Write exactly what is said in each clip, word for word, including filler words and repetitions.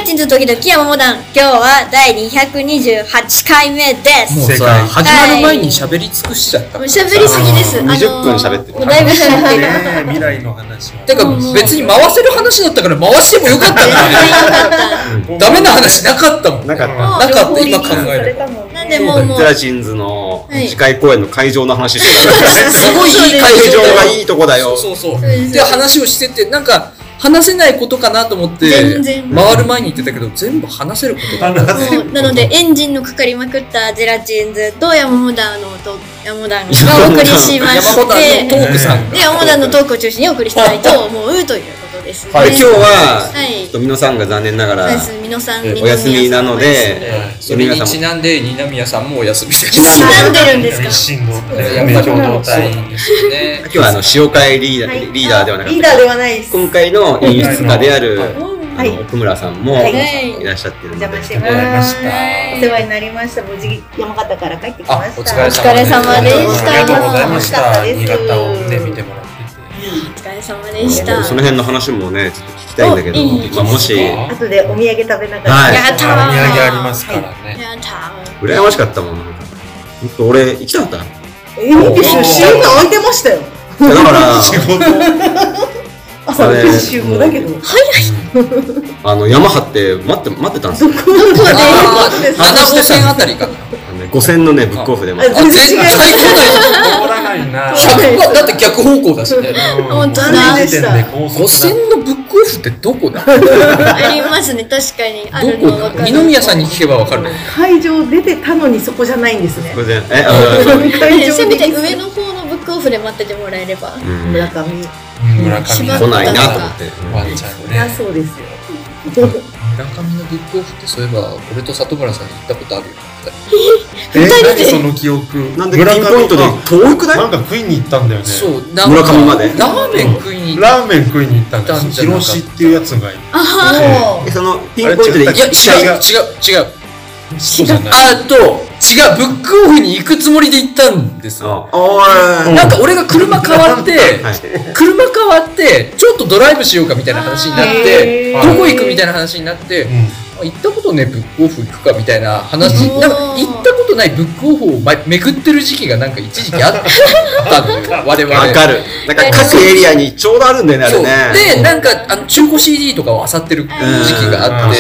チンズ時々山モダン、今日はだいにひゃくにじゅうはちかいめです。 もうさ、始まる前に喋り尽くしちゃった。 喋りすぎです。 にじゅっぷん喋ってる。 だいぶ喋ってる。 未来の話は。 てか別に回せる話だったから回してもよかったんだよ。ダメな話なかったもん。 なかった。 なかった今考える。 なんでもうもう。 ゼラチンズの次回公演の会場の話してた。 すごいいい会場がいいとこだよ。 そうそう。で話をしててなんか。話せないことかなと思って回る前に言ってたけど全部話せることだったなのでエンジンのかかりまくったゼラチンズと山モダンのと山モダンがお送りしまして山モダンのトークさんで山モダンのトークを中心にお送りしたいと思うということですね。 はい、今日はミノさんが残念ながらお休みなのでそれにちなんで二宮さんもお休みでちなんでるんですか。 やめ共同体今日はあの塩会リーダーリーダーではなくてリーダーではないです。 今回の演出家である奥村さんもいらっしゃってるので、 お邪魔してました。お世話になりました。無事山形から帰ってきました。 お疲れ様でした。 ありがとうございました。新潟をね見てもらってて。 お疲れ様でした。 その辺の話もねちょっと聞きたいんだけど、まあもし後でお土産食べながら。 やったー。 お土産ありますからね。 やったー。羨ましかったもん。本当俺行きたかった。 え、いいですよ。シーンが空いてましたよ。 だから仕事。 朝の練習もだけど早い。 あの山張って待って待ってたんですよ。 どこで？ 花子線あたりかな。 五線のねブックオフで待って。 全然来通らないな。 だって逆方向だしね。 本当だ。 五線のブックオフってどこだ？ ありますね確かに。あるの分かる。 二宮さんに聞けばわかる。 会場出てたのにそこじゃないんですね。 え、 せめて上の方のブックオフで待っててもらえれば。 村上。 村上来ないなと思って。 ワンちゃんね。 そうですよ。 村上のブックオフってそういえば俺と里村さんに行ったことあるよ。 え、何その記憶。 なんでピンポイントで遠くない？ なんか食いに行ったんだよね。 そう。 村上まで。 ラーメン食いに。 ラーメン食いに行ったんだ。広しっていうやつがいる。 ああ。そのピンポイントで。 いや違う違う違う。あと違うブックオフに行くつもりで行ったんですよ。なんか俺が車変わって車変わってちょっとドライブしようかみたいな話になってどこ行くみたいな話になって行ったことねブックオフ行くかみたいな話なんか行ったことないブックオフをめくってる時期がなんか一時期あったのよ我々。 わかる。なんか各エリアにちょうどあるんだよねあれね。 でなんかあの中古 シーディー とかを漁ってる時期があって。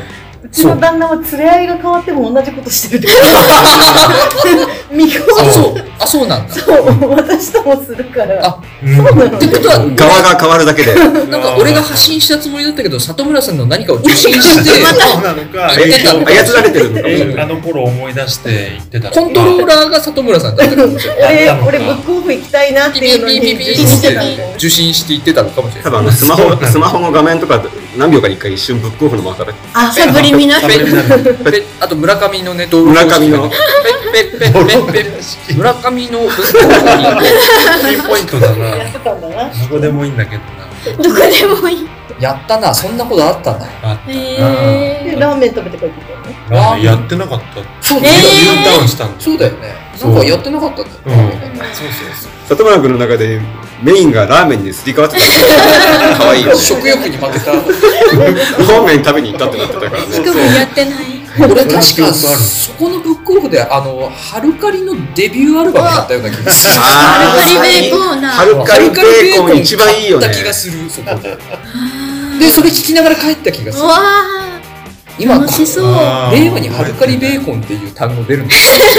うちの旦那は連れ合いが変わっても同じことしてるって見込む。あ、そうなんだ。 そう、私ともするから。 あ、そうなの。ってことは側が変わるだけで。 なんか俺が発信したつもりだったけど、里村さんの何かを受信して、 そうなのか。 操られてるのか。 あの頃思い出して言ってた。 コントローラーが里村さんだったかもしれない。 俺、俺ブックオフ行きたいなっていうのに受信してたんで。 受信して言ってたのかもしれない。 多分あのスマホ、スマホの画面とか何秒かに一回一瞬ブックオフのマークが。 あ、サブリミナル。 あと村上のね村上のペッペッペッペッペッ村上のブックオフにピンポイントだな。どこでもいいんだけどな。 どこでもいい。 やったな、そんなことあったんだ。 あった。 ラーメン食べて帰ってきたね。 ラーメンやってなかった。そう、 U ターンしたんだ。 そうだよね。なんかやってなかったんだよ。 そうそうそう。 里村君の中でメインがラーメンにすり替わってた。可愛いよね。 食欲に負けた。 ラーメン食べに行ったってなってたからね。 しかもやってない。 俺確かそこのブックオフであのハルカリのデビューアルバムだったような気がする。 ハルカリベーコンな。 ハルカリベーコン一番いいよね。 だ気がするそこで。でそれ聞きながら帰った気がする。今楽しそう。 令和にハルカリベーコンっていう単語出るんですよ。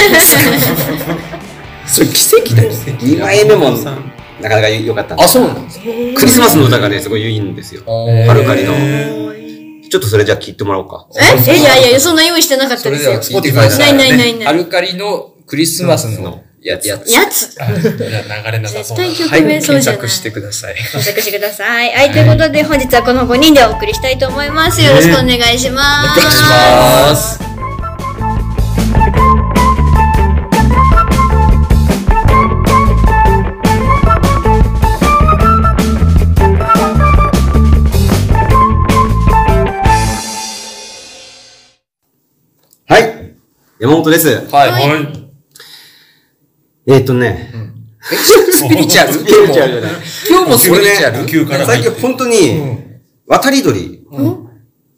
それ奇跡だよ。 にまいめもなかなか良かった。 あ、そうなんです。 クリスマスの歌がねすごいいいんですよ。ハルカリの。ちょっとそれじゃあ聞いてもらおうか。 え、いやいやそんな用意してなかったですよ。 それでは聞いてください。 ないないないない。 ハルカリのクリスマスのやつ。 やつ。 じゃあ流れなさそうな。 絶対曲名そうじゃない。 検索してください。 検索してください。はい、ということで本日はこのごにんでお送りしたいと思います。よろしくお願いします。 お願いします。 はい、山本です。 はい。 えっとね、 スピリチュアル。 スピリチュアルじゃない。 今日もスピリチュアル。 最近本当に渡り鳥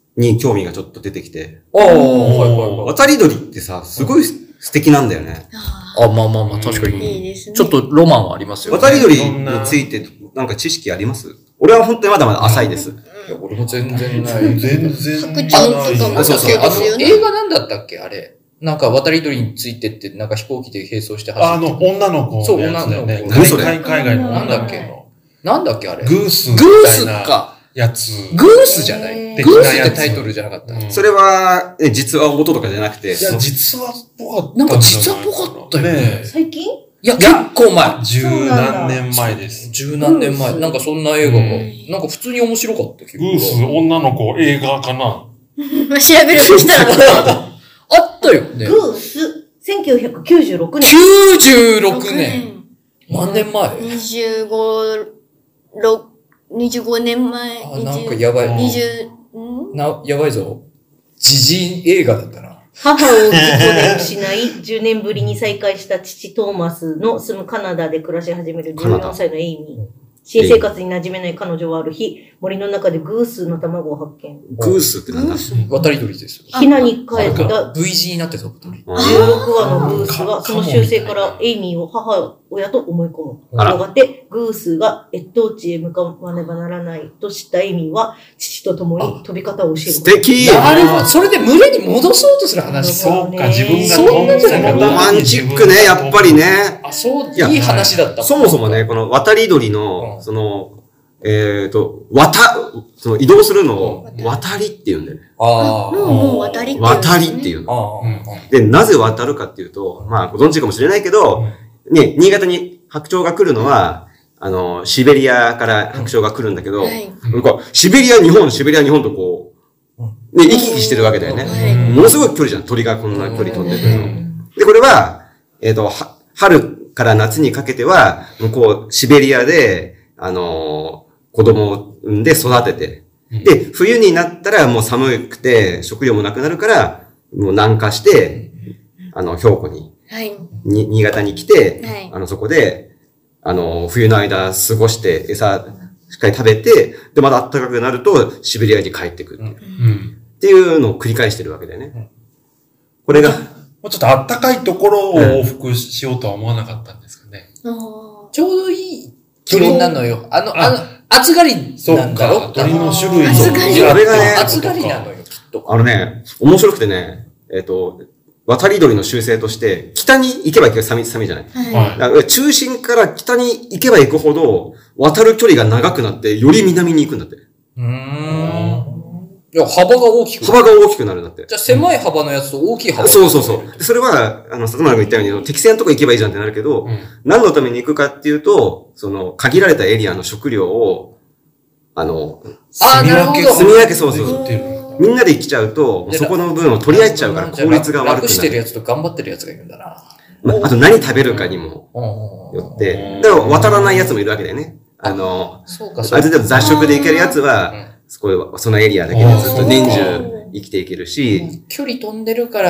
に興味がちょっと出てきて。 ああ、はいはいはい。 渡り鳥ってさ、すごい素敵なんだよね。 あ、まあまあまあ、確かに。 いいですね。 ちょっとロマンはありますよね。 渡り鳥について、なんか知識あります？俺は本当にまだまだ浅いです。 いや、俺も全然ない。 全然白鳥とかもそうですよね。 映画なんだったっけあれ。なんか渡り鳥についてって、なんか飛行機で並走して走って。 あの、女の子。 そう、女の子。 海外の。 なんだっけなんだっけあれ。 グース。 グースか。 やつ。 グースじゃないグースってタイトルじゃなかった。 それは、実話音とかじゃなくて。 いや、実話っぽかった。 なんか実話っぽかったよね。 最近？ いや、結構前。 十何年前です。 十何年前。なんかそんな映画が、なんか普通に面白かった気が。 グース、女の子映画かな。 調べるとしたら。 あったよね。 グース、せんきゅうひゃくきゅうじゅうろくねん。 きゅうじゅうろくねん。何年前 ? にじゅうご、ろく、にじゅうごねんまえ。 あ、なんかやばい。 にじゅう、 んな、やばいぞ。時事映画だったな。 母を事故で失い、じゅうねんぶりに再会した父トーマスの住むカナダで暮らし始めるじゅうよんさいのエイミー。新生活に馴染めない彼女はある日、森の中でグースの卵を発見。 グースってなんだ？ 渡り鳥ですよ。 ヒナに帰った V 字になってた鳥。 じゅうろくわのグースがその習性からエイミーを母親と思い込む。やがてグースが越冬地へ向かわねばならないと知ったエイミーは父と共に飛び方を教える。 素敵！ なるほど。それで群れに戻そうとする話。 そうか、自分がそんなじゃない。 ロマンチックね、やっぱりね。 あ、そう、いい話だった。 そもそもね、この渡り鳥の、その、えっと、渡、その移動するのを渡りって言うんだよね。 ああ。 もう渡りって言う。 渡りっていうの。 あで、なぜ渡るかっていうと、まあ、ご存知かもしれないけど、ね、新潟に白鳥が来るのは、あの、シベリアから白鳥が来るんだけど、シベリア、日本、シベリア、日本とこう、ね、行き来してるわけだよね。ものすごい距離じゃん、鳥がこんな距離飛んでくるの。で、これは、えっと、春から夏にかけては、向こう、シベリアで、あの、子供を産んで育てて、で、冬になったらもう寒くて食料もなくなるから、もう南下して、あの、兵庫に、 はい、 に、新潟に来て、 はい、 あの、そこで、あの、冬の間過ごして餌しっかり食べて、で、また暖かくなるとシベリアに帰ってくるっていう、うん、っていうのを繰り返してるわけだよね。これが。 もうちょっと暖かいところを往復しようとは思わなかったんですかね。 うん、 ちょうどいい気温なのよ。あの、あの、暑がりなんだろ鳥の種類暑がり。 あれがね、 暑がりなのよ、きっと。 あのね、面白くてね、えっと、渡り鳥の習性として、北に行けば行けば寒い、寒いじゃない。はい、だから中心から北に行けば行くほど、渡る距離が長くなって、より南に行くんだって。 うーん。いや、幅が大きくなる。幅が大きくなるんだって。 じゃあ狭い幅のやつと大きい幅、 うん、そうそうそう。それは、あの、里村が言ったように、適正のとこ行けばいいじゃんってなるけど、うん、何のために行くかっていうと、その、限られたエリアの食料を、あの、 あ、なるほど。 住み分け、そうそうそう。みんなで来ちゃうと、そこの分を取り合っちゃうから効率が悪くなる。 楽してるやつと頑張ってるやつがいるんだな。 まあ、あと何食べるかにもよって、だから渡らないやつもいるわけだよね。あの、 そうかそうか、 ある程度雑食で行けるやつは、そこそのエリアだけでずっと年中生きていけるし。 距離飛んでるから、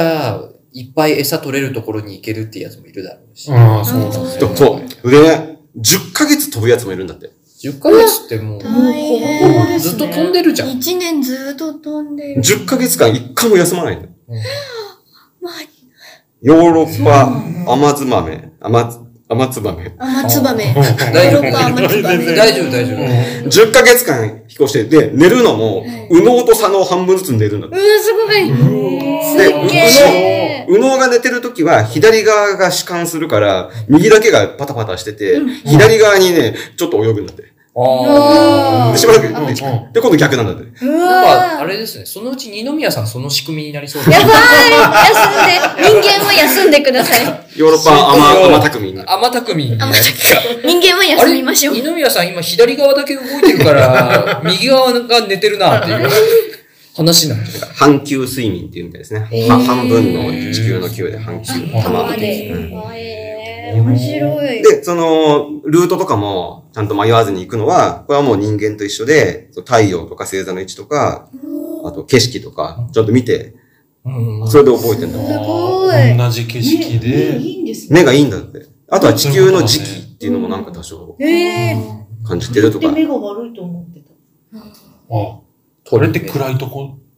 いっぱい餌取れるところに行けるっていうやつもいるだろうし。 ああ、そうなんですね。そう。でね、じゅっかげつ飛ぶやつもいるんだって。 じゅっかげつってもう、もうずっと飛んでるじゃん。 いちねんずっと飛んでる。 じゅっかげつかんいっかいも休まないんだよ。 うん、 ヨーロッパ甘ツバメ、甘、甘ツバメ。 甘ツバメ。 大丈夫、大丈夫、大丈夫。 じゅっかげつかん飛行して、で、寝るのも、右脳と左脳半分ずつ寝るんだって。 うわ、すごい。 で、右脳が寝てるときは、左側が弛緩するから、右だけがパタパタしてて、左側にね、ちょっと泳ぐんだって。で、しばらく、で、今度逆なんだって。 なんか、あれですね、そのうち二宮さんその仕組みになりそうです。 やばい、休んで、人間も休んでください。 ヨーロッパ甘、甘たくみ。 甘たくみ。 甘たくみ。人間は休みましょう。 二宮さん今左側だけ動いてるから、右側が寝てるなっていう話なんですよ。 半球睡眠っていうみたいですね。半分の地球の球で半球。 玉で。面白い。 で、その、ルートとかも、ちゃんと迷わずに行くのは、これはもう人間と一緒で、太陽とか星座の位置とか、あと景色とか、ちゃんと見て、それで覚えてんだ。 すごい。 同じ景色で。 目がいいんだって。あとは地球の時期っていうのもなんか多少、感じてるとか。 目が悪いと思ってた。 あ、それって暗いとこ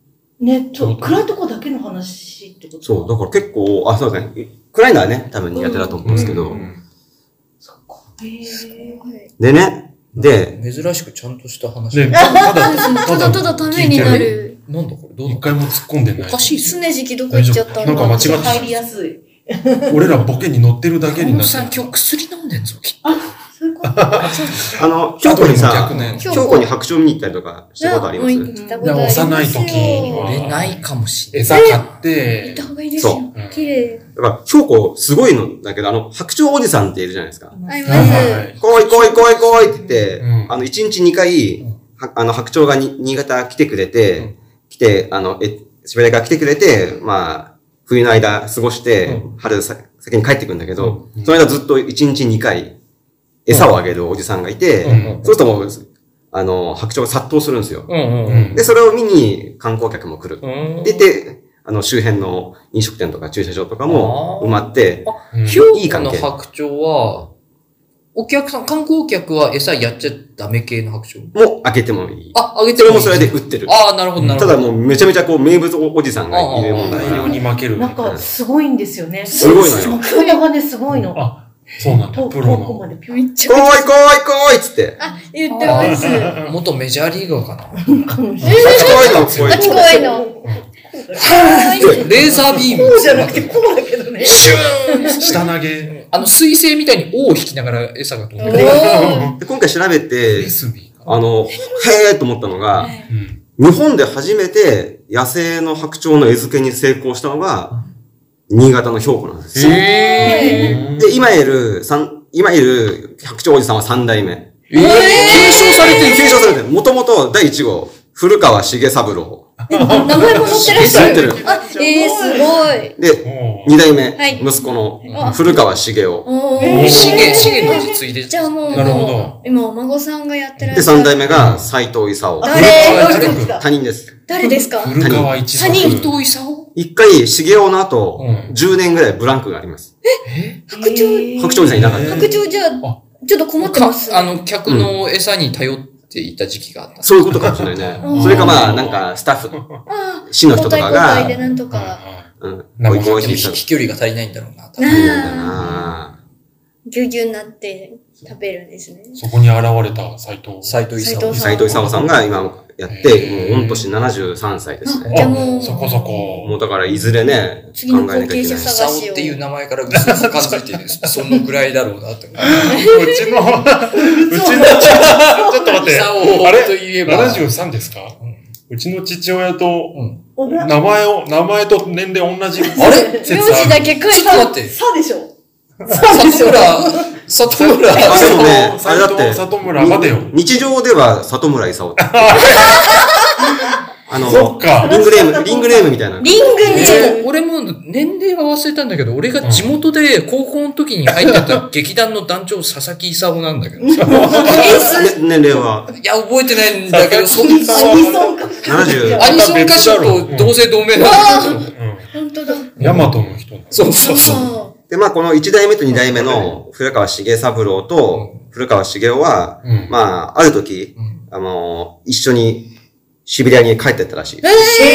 ね、ちょっと暗いとこだけの話ってこと？ そう、だから結構、あ、そうですね。暗いのはね、多分苦手だと思うんですけど。 そっか。へー。 でね、で、 珍しくちゃんとした話。 で、ただ、 ただただためになる。 なんだこれどう一回も突っ込んでない。 おかしいっす常時期どこ行っちゃったなんか間違って入りやすい。 俺らボケに乗ってるだけになってさん今日薬飲んでんぞ、きっと。 あ、そういうこと。 あの、京子にさ、京子に白鳥見に行ったりとかしたことあります？ 幼い時に俺ないかもしれない。餌買って。 行った方がいいですよ。綺麗。 だから、京子すごいのだけど、あの、白鳥おじさんっているじゃないですか。 あります。 来い来い来い来いって言って、あの、一日二回、あの、白鳥がに新潟来てくれて、来て、あの、え、シベリアから来てくれて、まあ、冬の間過ごして、春先に帰ってくるんだけど、その間ずっと一日二回、餌をあげるおじさんがいて、そうするともう、あの、白鳥が殺到するんですよ。で、それを見に観光客も来る。で、で、あの、周辺の飲食店とか駐車場とかも埋まって、 いい関係。白鳥は、お客さん、観光客は餌やっちゃダメ系の白鳥もうあげてもいい。 あ、あげてもいい。 それもそれで売ってる。 ああ、なるほど、なるほど。ただもうめちゃめちゃこう名物おじさんがいるもんだから。 大量に負ける。 なんかすごいんですよね。 すごいのよ。 それがね、すごいの。 あ、そうなんだ。プロの。 めっちゃ。 来い来い来いっつって。 あ、言ってます。 元メジャーリーガーかな。 聞こえの、聞こえの。 レーザービーム。 こうじゃなくてこうだけどね。 シューン下投げ。 あの、水星みたいに尾を引きながら餌が飛んでる。今回調べて、あの、へーと思ったのが、日本で初めて野生の白鳥の餌付けに成功したのが、新潟の兵庫なんですよ。で、今いる、今いる白鳥おじさんは三代目。えー、継承されてる継承されてる。もともとだいいち号、古川重三郎。 名前も載ってらっしゃる。あ、えー、すごい。 で、二代目、息子の古川重夫。 重、重の実継いで。 じゃあもう、 なるほど。 今お孫さんがやってらっしゃる。 で、三代目が斎藤勲。 誰？ 他人です。 誰ですか？ 古川一座。斎藤勲？ 一回、重夫の後、じゅうねんぐらいブランクがあります。 え？白鳥？ 白鳥さんいなかった。 白鳥じゃあ、ちょっと困ってます。 あの、客の餌に頼っていた時期があった。 そういうことかもしれないね。それかまあ、なんか、スタッフ、市の人とかが、 交代でなんとか。 うん。 飛距離が足りないんだろうな。 足りないんだな。 ぎゅうぎゅうになって食べるんですね。 そこに現れた斎藤。 斎藤勲。 斎藤勲さんが今やって、もう御年ななじゅうさんさいですね。 じゃあもう、 そこそこ。 もうだからいずれね、 次の後継者探しを。 っていう名前から薄々感づいてるんです。そのぐらいだろうなって。うちの、うちの、ちょっと待って。あれといえば。 ななじゅうさんですか？うちの父親と、名前を、名前と年齢同じ。 あれ名字だけ書いて待って。 さでしょ？ 里村、里村。 あ、でもね、あれだって、 里村、待てよ。 日常では里村勲。あの、 そっか。 リングネーム、リングネームみたいな。 リングネーム俺も年齢は忘れたんだけど、俺が地元で高校の時に入ってた劇団の団長佐々木勲なんだけど。 年齢は。 いや、覚えてないんだけど、そんな。 ななじゅう。 アニソン歌手と同姓同名なんだけど。 本当だ。 ヤマトの人。 そうそうそう。 で、まあ、このいち代目とに代目の古川重三郎と古川重夫は、まあ、ある時、あの、一緒にシベリアに帰ってったらしい。 え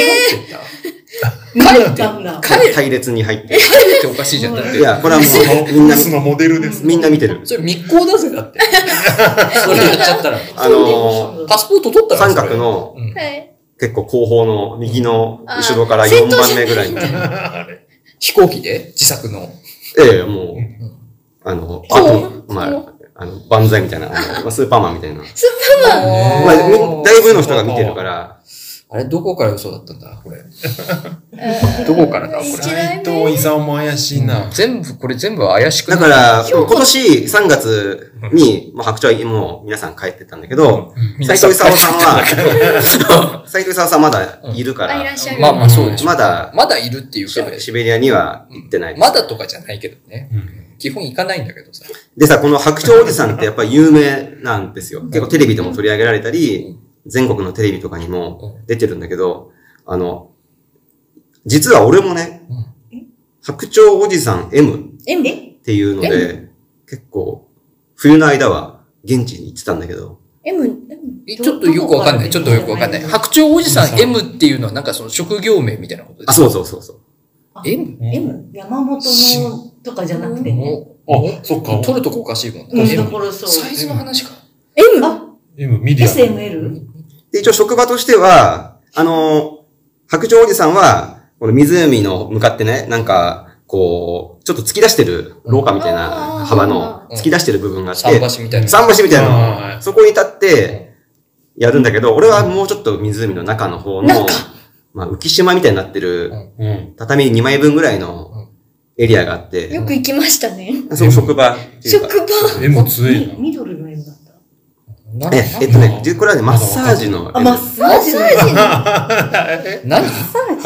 ー、帰って帰隊列に入って。 帰っておかしいじゃん。だって。 いや、これはもう、みんな、 のモデルです。 みんな見てる。 それ密航だぜ、だって。それやっちゃったら。 あのパスポート取ったら三角の、結構後方の右の後ろからよんばんめぐらいに。 飛行機で自作の。 ええ、もう、あの、あと、まあ、あの、万歳みたいな、スーパーマンみたいな。 スーパーマンまあ、だいぶの人が見てるから。 あれ、どこから嘘だったんだこれ。どこからだこれ。 斎藤勲も怪しいな。 全部、これ全部怪しくだから、今年さんがつに、まあ、白鳥も皆さん帰ってたんだけど、斎藤勲さんは、斎藤勲さんまだいるから、 まあまあそうでしょ。 まだ、 まだいるっていうか、 シベリアには行ってない。 まだとかじゃないけどね。基本行かないんだけどさ。 でさ、この白鳥おじさんってやっぱり有名なんですよ。結構テレビでも取り上げられたり、全国のテレビとかにも出てるんだけど、あの、実は俺もね、白鳥おじさん エム っていうので、結構、冬の間は現地に行ってたんだけど、 M、 ちょっとよくわかんない。ちょっとよくわかんない。白鳥おじさん M っていうのはなんかその職業名みたいなことですか？ あ、そうそうそうそう。 M？ M？ 山本のとかじゃなくてね。 あ、そっか。 取るとこおかしいもんね。 サイズの話か。 M？ M、ミディア。 エスエムエル？ で、一応職場としては、あの、白鳥おじさんは、この湖の向かってね、なんか、こう、ちょっと突き出してる廊下みたいな幅の突き出してる部分があって、 桟橋みたいな。 桟橋みたいなの。そこに立って、やるんだけど、俺はもうちょっと湖の中の方の、まあ、浮島みたいになってる、畳にまいぶんぐらいのエリアがあって。 よく行きましたね。 そこ職場。 職場。 M 強いな。 ミドルの M だった。 え、えっとね、これはね、マッサージの。 あ、マッサージの。 何？ マッ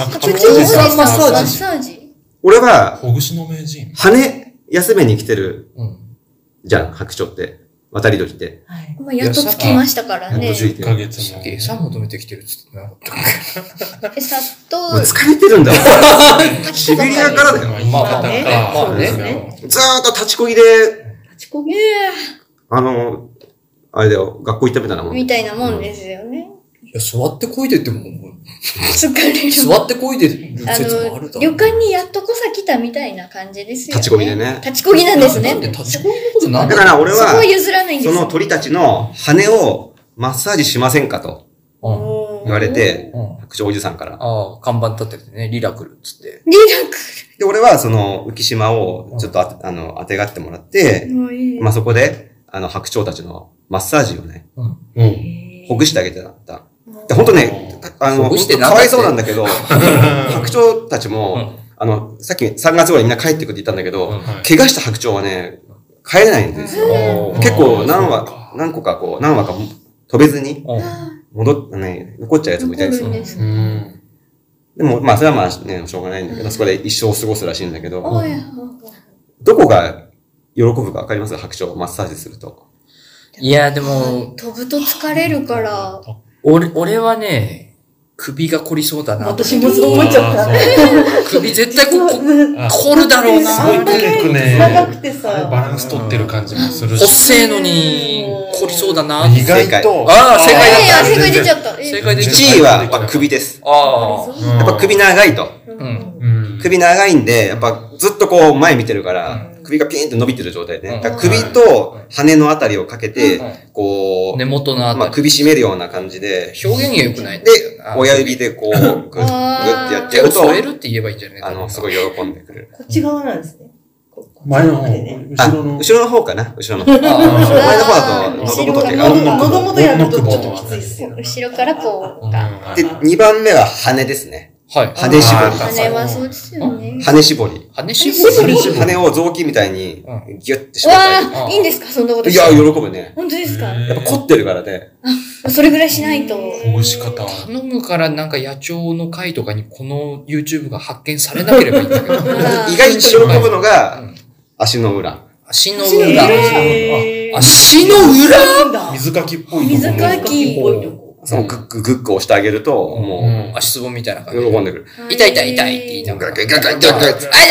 サージ。 俺は、 ほぐしの名人。 羽休めに来てる。じゃん、白鳥って。渡り鳥って。 まあ、やっと着きましたからね。 やっと着いて。 いっかげつも。 餌求めてきてるっつってな。 餌と。 疲れてるんだわ。シベリアからだよ。 まあね。まあね。 ずーっと立ちこぎで、 立ちこぎあの、あれだよ、学校行ったみたいなもん。 みたいなもんですよね。 いや、座ってこいでっても、 疲れる。 座ってこいでる説もあるだろ。 旅館にやっとこさ来たみたいな感じですよね。 立ちこぎでね。 立ちこぎなんですね。 立ちこぎのことなんだから俺は、 そこは譲らないんです。 その鳥たちの羽をマッサージしませんかと言われて、白鳥おじさんから。 ああ、看板立ててね、リラクルっつって。 リラクル。 で、俺はその浮島をちょっとあ、あの、当てがってもらって、まあそこで、あの、白鳥たちのマッサージをね、ほぐしてあげてた。で、ほんとね、あの、かわいそうなんだけど、白鳥たちも、あの、さっきさんがつぐらいみんな帰ってくって言ったんだけど、怪我した白鳥はね、帰れないんですよ。結構何羽、何個かこう、何羽か飛べずに、戻っ、ね、残っちゃうやつもいたりする。でも、まあ、それはまあね、しょうがないんだけど、そこで一生過ごすらしいんだけど、どこが喜ぶかわかります？白鳥をマッサージすると。 いや、でも、 飛ぶと疲れるから。 俺、俺はね、首が凝りそうだな。 私もそう思っちゃった。 首絶対ここ、凝るだろうな。 すごい結構ね、 長くてさ、 バランス取ってる感じもするし。 細いのに、凝りそうだな。 意外と。 ああ、正解だった。 正解出ちゃった。 正解出ちゃった。 いちいはやっぱ首です。 ああ。やっぱ首長いと。首長いんで、やっぱずっとこう前見てるから、首がピーンって伸びてる状態で、ね。首と羽のあたりをかけて、こう、 根元のあたり。 まあ首締めるような感じで。 表現が良くない。 で、親指でこう、グッ、グッってやってやると。 添えるって言えばいいんじゃないあの、すごい喜んでくれる。 こっち側なんですね。 前の方、後ろの。 後ろの方かな後ろの方。前の方だと、喉元って喉元やるとちょっときついっすよ。 後ろからこう。 で、にばんめは羽ですね。 はい。 羽絞り。 羽はそうですよね。 羽絞り。 羽絞り羽を雑巾みたいにギュッて絞ったり。 わあ、いいんですかそんなこといや、喜ぶね。 本当ですかやっぱ凝ってるからね。 あ、それぐらいしないと。 ほぐし方。 頼むからなんか野鳥の会とかにこの YouTube が発見されなければいいんだけど。 意外と喜ぶのが、足の裏。 足の裏。足の裏水かきっぽい。 水かきっぽいとこ。 そのグッググッグ押してあげると、もう、足つぼみたいな感じで。喜んでくる。 痛い痛い痛いって言いながら。 ガガガガガガガガ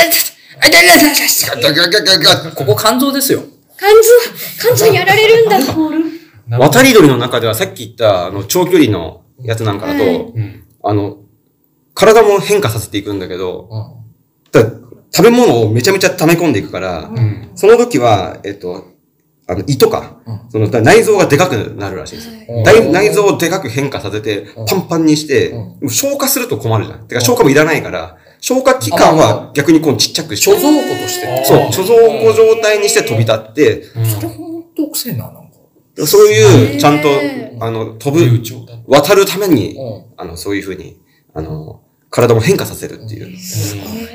ガガここ肝臓ですよ。 肝臓、肝臓やられるんだ。 渡り鳥の中ではさっき言ったあの長距離のやつなんかだと、あの、体も変化させていくんだけど、食べ物をめちゃめちゃ溜め込んでいくから、その時は、えっと、あの、胃とか、その内臓がでかくなるらしいんですよ。内臓をでかく変化させて、パンパンにして、消化すると困るじゃん。てか消化もいらないから、消化器官は逆にこうちっちゃくして。 貯蔵庫として。 そう、貯蔵庫状態にして飛び立って、 それほんとくせえな、なんか。 そういう、ちゃんと、あの、飛ぶ、渡るために、あの、そういうふうに、あの、体も変化させるっていう。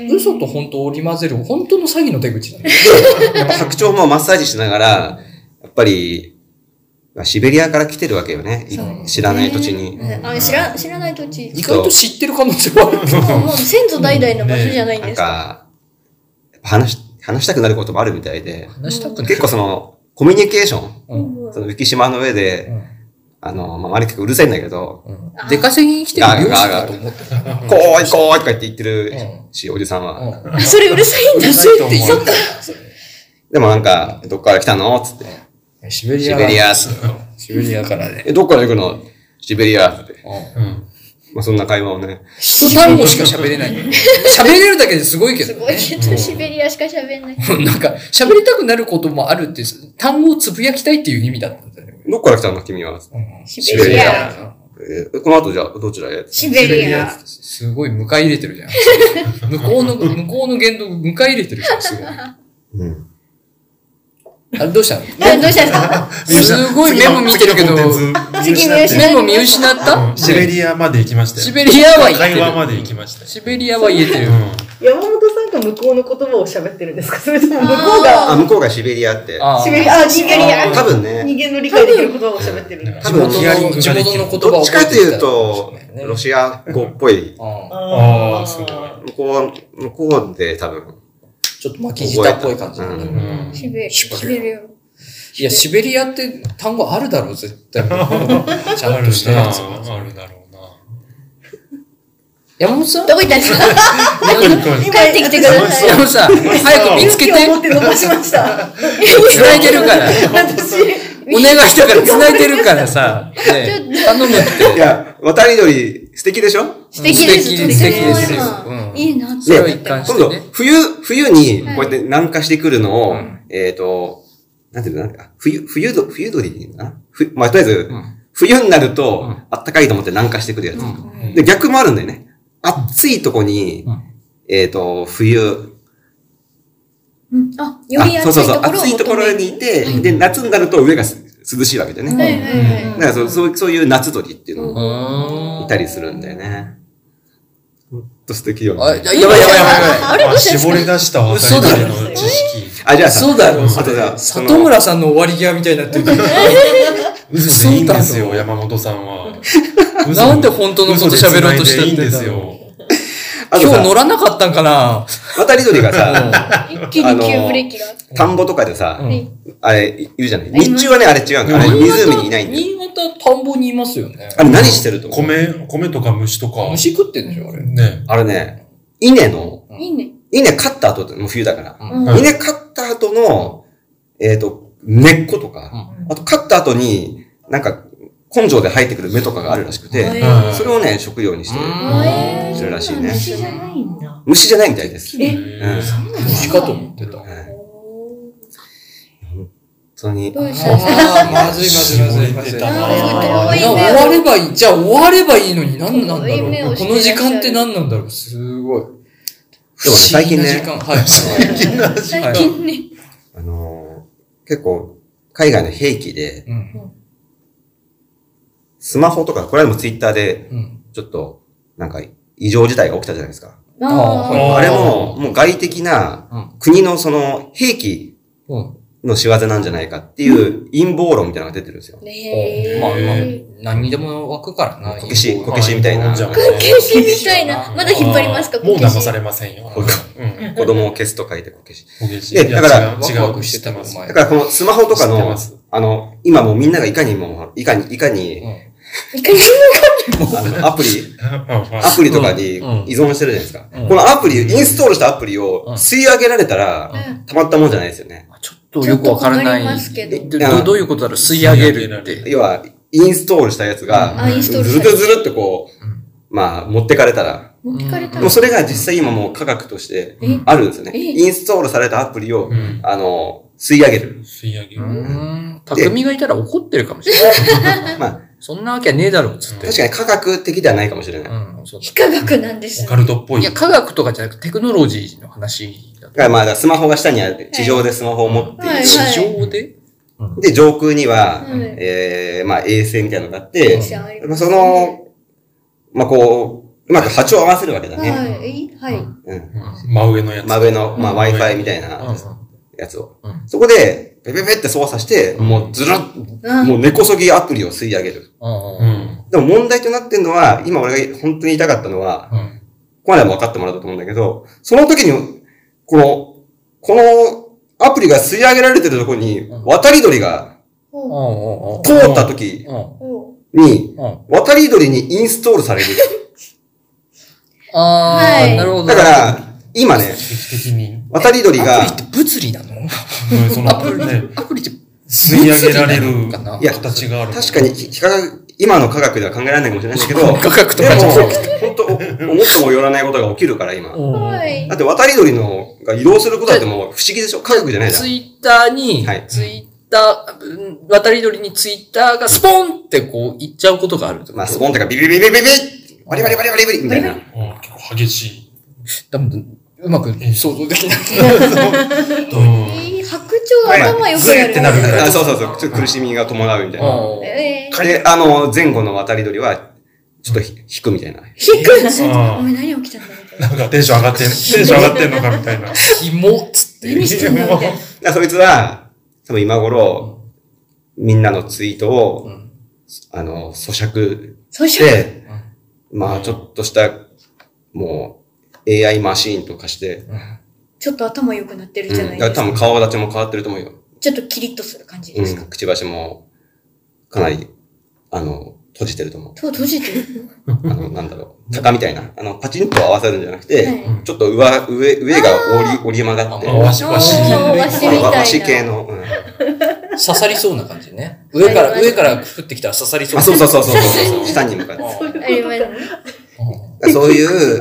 嘘と本当を織り交ぜる、本当の詐欺の手口なんだやっぱ白鳥もマッサージしながら、やっぱり、シベリアから来てるわけよね。知らない土地に。 あ、知ら、知らない土地。 意外と知ってる可能性はある。 もう先祖代々の場所じゃないんですか。 なんか、話し、話したくなることもあるみたいで。 話したくなる。 結構その、コミュニケーション。その浮島の上で、あの、まあ、周り結構うるさいんだけど、 出稼ぎに来てる漁師だと思ってた。 こういこうとか言って言ってるし、おじさんは。 それうるさいんだ。 うるさいって言った。 でもなんか、どっから来たのつって。 シベリア。 シベリア。 シベリアからね。 え、どっから行くのシベリアって。 うん。 まあそんな会話をね。 一単語しか喋れない。喋れるだけですごいけどね。 すごいけど、シベリアしか喋れない。 なんか、喋りたくなることもあるって、単語をつぶやきたいっていう意味だったんだよね。 どっから来たの君は。 シベリア。 えー、この後じゃあ、どちらへシベリア。 すごい迎え入れてるじゃん。向こうの、向こうの言動迎え入れてるじゃん、すごい。うん。あれどうしたのどうしたんですかすごいメモ見てるけど、 次メモ見失った、 うん、シベリアまで行きましたよ。 シベリアは言えてる。 会話まで行きました。 シベリアは言えてる。うん、 山本さんが向こうの言葉を喋ってるんですかそれとも向こうが。 あ、向こうがシベリアって。 シベリア、あ、シベリア。 多分ね。 人間の理解できる言葉を喋ってる。 多分、 地元の言葉を。 どっちかというと、ロシア語っぽい。 ああ、すごい。 向こう、向こうで多分。 ちょっと巻き舌っぽい感じ。 シベリア。 いや、シベリアって単語あるだろう、絶対。ちゃんとしたやつ。 あるだろうな。 山本さんどこ行ったんですか帰ってきてください。 山本さん、早く見つけて。 勇気を持って伸ばしました。 繋いでるから。 私。 お願いしたから繋いでるからさ。ね、頼むって。 いや、渡り鳥素敵でしょ素敵です。 素敵ですよ。 いいなって。 それは一貫してね。 冬、冬にこうやって南下してくるのを、えっと、なんていうのなんか、冬、冬ど、冬鳥でいいのかなふ、まあ、とりあえず、うん、冬になると、うん、あったかいと思って南下してくるやつ。うん、で、逆もあるんだよね。暑いとこに、うん、えっと、冬、 うん、あ、より暑いところ。そうそうそう、 暑いところにいて、で、夏になると上が涼しいわけだよね。はいはいはい。だからそうそう、そういう夏鳥っていうのもいたりするんだよね。ほんと素敵よね。 あ、やばいやばいやばいやばい。 あれどうしたんですか絞り出した渡り鳥の知識。 あ、じゃあさ、 そうだろ。 あとじゃあ、 里村さんの終わり際みたいになってる。 嘘でいいんですよ、山本さんは。 なんで本当のこと喋ろうとしてるんですよ。今日乗らなかったんかな渡り鳥がさ、 一気に急ブレーキが。 田んぼとかでさ、あれ、いるじゃない日中はね、あれ違うんだ。あれ、湖にいないんだよ。 新潟田んぼにいますよね。 あれ何してると思う米、米とか虫とか。 虫食ってんでしょあれ。 ね。 あれね、稲の、 稲稲刈った後って、もう冬だから。稲刈った後の、えっと、根っことか、あと刈った後に、なんか、根性で生えてくる芽とかがあるらしくて、それをね、食料にしてるらしいね。 虫じゃないんだ。 虫じゃないみたいです。 え、 虫かと思ってた。 本当に。 どうしたんですかああ、まずいまずいまずいまずい。終わればいい。じゃあ終わればいいのに何なんだろう。この時間って何なんだろう。すごい。でも最近ね。 最近の最近ね。 あの、結構、海外の兵器で、スマホとか、これはもうツイッターで、ちょっと、なんか、異常事態が起きたじゃないですか。あれも、もう外的な、国のその、兵器の仕業なんじゃないかっていう陰謀論みたいなのが出てるんですよ。 まあまあ、何にでも湧くからな。 こけし、こけしみたいな。 こけしみたいな。まだ引っ張りますか、 もう騙されませんよ。 子供を消すと書いてこけし。 こけし。 で、だから、 違う、してます。 だからこのスマホとかの、あの、今もうみんながいかにも、いかに、いかに、 いかにアプリ、アプリとかに依存してるじゃないですか。このアプリ、インストールしたアプリを吸い上げられたら、たまったもんじゃないですよね。 ちょっとよくわからない。どういうことだろう吸い上げるって。 要は、インストールしたやつが、ずるずるずるってこう、まあ、持ってかれたら、 持ってかれたら。 もうそれが実際今もう科学としてあるんですよね。インストールされたアプリを、あの、吸い上げる。 吸い上げる。 匠がいたら怒ってるかもしれない。まあ、そんなわけはねえだろう、つって。 確かに科学的ではないかもしれない。 非科学なんです。 オカルトっぽい。 いや、科学とかじゃなくてテクノロジーの話だと。まあ、スマホが下にある。地上でスマホを持っている。 地上でで、上空には、えー、まあ、衛星みたいなのがあって、その、まあ、こう、うまく波長を合わせるわけだね。はい。 はい。 真上のやつ。 真上の、まあ、Wi-Fi みたいなやつを。そこで、ペペペって操作して、もうずらっ、もう根こそぎアプリを吸い上げる。でも問題となってんのは、今俺が本当に言いたかったのは、ここまでも分かってもらったと思うんだけど、その時に、この、このアプリが吸い上げられてるところに、渡り鳥が通った時に、渡り鳥にインストールされる。 ああ、なるほど。 だから、今ね、渡り鳥が、 アプリって物理なのそのアプリね。 アプリって吸い上げられる形がある。 確かに、今の科学では考えられないかもしれないんだけど、 科学とかでも、本当思ってもよらないことが起きるから、今。だって渡り鳥のが移動することだってもう不思議でしょ？科学じゃないじゃん。 ツイッターに、ツイッター、渡り鳥にツイッターがスポンってこう、いっちゃうことがある。 まあ、スポンってかビビビビビビビバリバリバリバリバリみたいな。 結構激しい。 多分、うまく想像できない。 白鳥頭良くなる。 ってなるぐらい。 そうそうそう。ちょっと苦しみが伴うみたいな。で、あの、前後の渡り鳥は、ちょっと引くみたいな。 引くお前何起きたんだみたいな。 なんかテンション上がってん、テンション上がってんのかみたいな。 ひもっつって。 何してんだみたいな。 そいつは、多分今頃、みんなのツイートを、あの、咀嚼して、まあ、ちょっとした、もう、エーアイ マシーンとかして、 ちょっと頭良くなってるじゃないですか。 多分顔立ちも変わってると思うよ。 ちょっとキリッとする感じですか。 くちばしも、かなり、あの、閉じてると思う。 そう、閉じてる。 あの、なんだろう。鷹みたいな。あの、パチンと合わせるんじゃなくて、ちょっと上、上、上が折り、折り曲がって。 わし、わし。 わしみたいな。 わし系の。 刺さりそうな感じね。上から、上から降ってきたら刺さりそうな。 あ、そうそうそうそうそう。下に向かって。 あります。 そういう。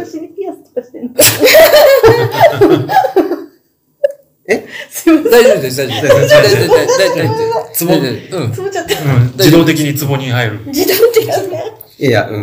え大丈夫です、大丈夫です。大丈夫です、大丈夫です。 ツボ、うん。ツボちゃった。自動的にツボに入る。 自動的に。 いやいや、うん、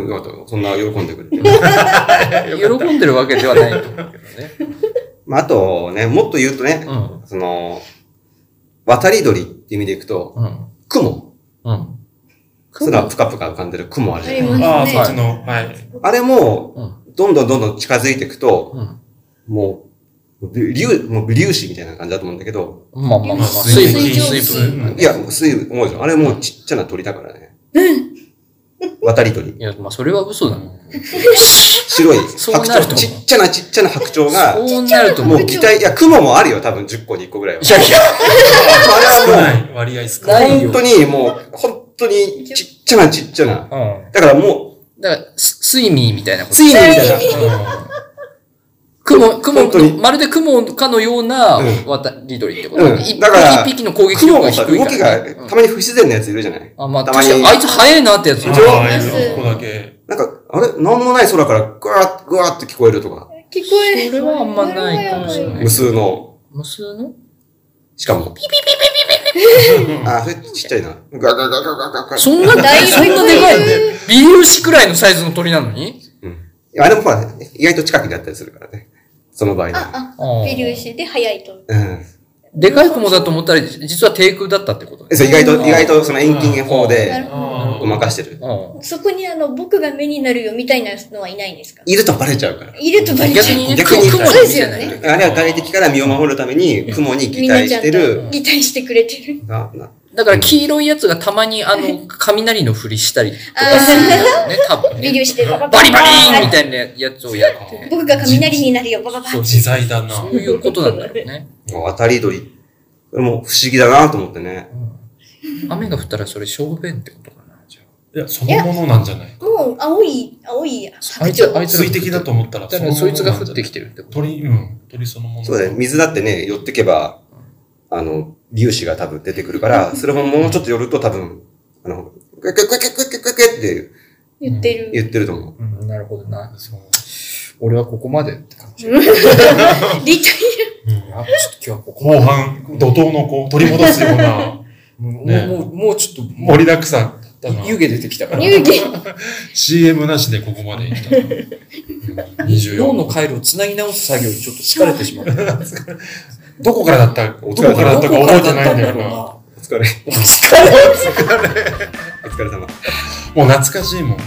そんな喜んでくれて。 喜んでるわけではないと思うけどね。 まあ、あとね、もっと言うとね、その、渡り鳥って意味でいくと、雲。空ぷかぷか浮かんでる雲あるじゃないですか。 ああ、そっちの、はい。 あれも、どんどんどんどん近づいていくと、もう、粒、もう粒子みたいな感じだと思うんだけど。 まあまあまあ、水分、水分。 いや、水分、思うでしょ。あれもうちっちゃな鳥だからね。渡り鳥。 いや、まあそれは嘘だ。 白い。白鳥。ちっちゃなちっちゃな白鳥が。 そうなるともう擬態、いや、雲もあるよ、多分じゅっこにいっこぐらいは。 いやいや。 あれはもう、割合少ない。 本当にもう、本当にちっちゃなちっちゃな。だからもう。だから、睡眠みたいなこと。 睡眠みたいな。 雲、雲、まるで雲かのような渡り鳥ってこと。一匹の攻撃力が低いから。動きがたまに不自然なやついるじゃない。 あ、まあ、たまに。あいつ早いなってやつ。 ああ、ここだけ。 なんか、あれなんもない空からぐわー、ぐわーって聞こえるとか。 聞こえる。 それはあんまないかもしれない。 無数の。 無数のしかも。ピピピピピピピあ、それちっちゃいな。ガガガガガガガ。 そんな、そんなでかい微粒子くらいのサイズの鳥なのにうん。あれもほら、意外と近くにあったりするからね。その場合に。 あ、あ、微粒子で速いと。 うん。 でかい雲だと思ったら、実は低空だったってことそう、意外と、意外とその遠近法で、ごまかしてる。 そこにあの、僕が目になるよみたいなのはいないんですか？ いるとバレちゃうから。 いるとバレちゃう。 逆に、 逆に、 そうですよね。 あれは外敵から身を守るために、雲に擬態してる。 擬態してくれてる。 だから黄色いやつがたまにあの、雷のふりしたりとかするんだよね、多分。 微粒子でババリバリーンみたいなやつをやって。 僕が雷になるよ、バババ。 自在だな。 そういうことなんだろうね。 渡り鳥。これも不思議だなと思ってね。 雨が降ったらそれ小便ってことかな、じゃあ。いや、そのものなんじゃないか。 もう、青い、青い白鳥。 あいつ水滴だと思ったら、 だからそいつが降ってきてるってこと。 鳥、うん。鳥そのもの。 そうだよ。水だってね、寄ってけば、あの、粒子が多分出てくるから、それももうちょっと寄ると多分、あの、クックックックックックックッって言ってる。 言ってると思う。 うん、なるほどな。俺はここまでって感じ。 リタイア。 ちょっと今日はここまで。 後半、怒涛のこう、取り戻すような。 もう、もう、もうちょっと。 盛りだくさんだったな。 湯気出てきたから。 湯気。 シーエム なしでここまでいった。にじゅうよん。 脳の回路をつなぎ直す作業にちょっと疲れてしまった。 どこからだったどこからだったか覚えてないんだよな。 お疲れ。 お疲れ。 お疲れ様。 もう懐かしいもん。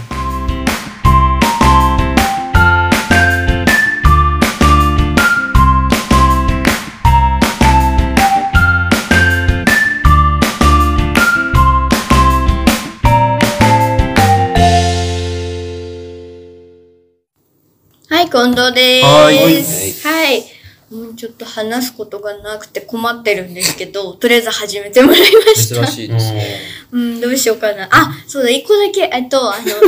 はい、近藤でーす。はい。もうちょっと話すことがなくて困ってるんですけど、とりあえず始めてもらいました。 珍しいですね。 うん、どうしようかな。あ、そうだ、一個だけ、えっと、あの、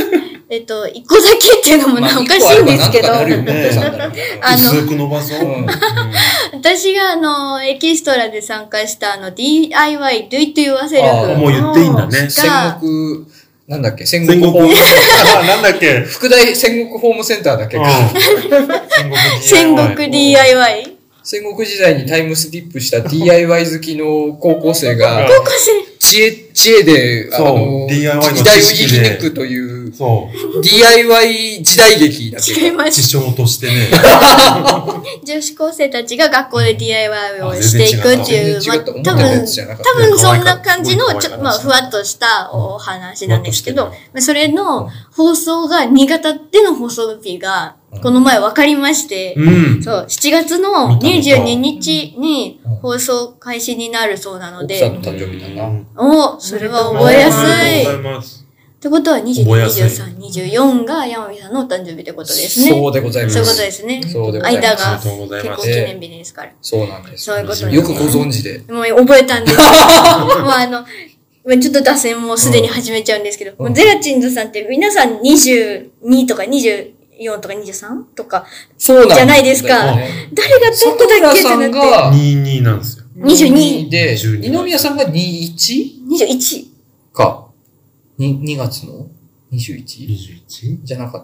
えっと、一個だけっていうのもおかしいんですけど、あの、 薄く伸ばそう。 私があの、エキストラで参加したあの、ディーアイワイ Do It Yourself。 もう言っていいんだね。 戦国、なんだっけ戦国ホームセンター。 なんだっけ副大戦国ホームセンターだっけか。 戦国 ディーアイワイ。 戦国時代にタイムスリップした ディーアイワイ 好きの高校生が、 高校生知恵、知恵で、あの、時代を生き抜くという、 そう。 ディーアイワイ 時代劇だけ違います。 知性としてね。 女子高生たちが学校で ディーアイワイ をしていくっていう、まあ、多分、多分そんな感じの、ちょまあ、ふわっとしたお話なんですけど、それの放送が、新潟での放送日が、この前分かりまして、うん、そう、しちがつのにじゅうににちに放送開始になるそうなので、 奥さんの誕生日だな。 お、それは覚えやすい。ってことはにじゅうに、にじゅうさん、にじゅうよんが山美さんのお誕生日ってことですね。 そうでございます。 そういうことですね。 そうでございます。 間が結構記念日ですから。 そうなんです。 そういうことですね。 よくご存知で。 もう覚えたんですけど、もうあの、ちょっと脱線もすでに始めちゃうんですけど、うん、ゼラチンズさんって皆さんにじゅうにとかにじゅうよんとかにじゅうさんとか、そうじゃないですか。誰がトップだっけってなって。 にじゅうになんですよ。 にじゅうにで、二宮さんがにじゅういち? にじゅういちか。に、にがつの にじゅういち? にじゅういち? じゃなかった。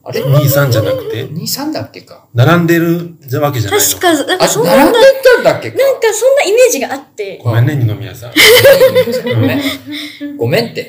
あれにじゅうさん じゃなくてにじゅうさん だっけか。 並んでるわけじゃないの。 確か、なんかそんな、 並んでたんだっけか。 なんかそんなイメージがあって。 ごめんね、二宮さん。 ごめん。ごめんって。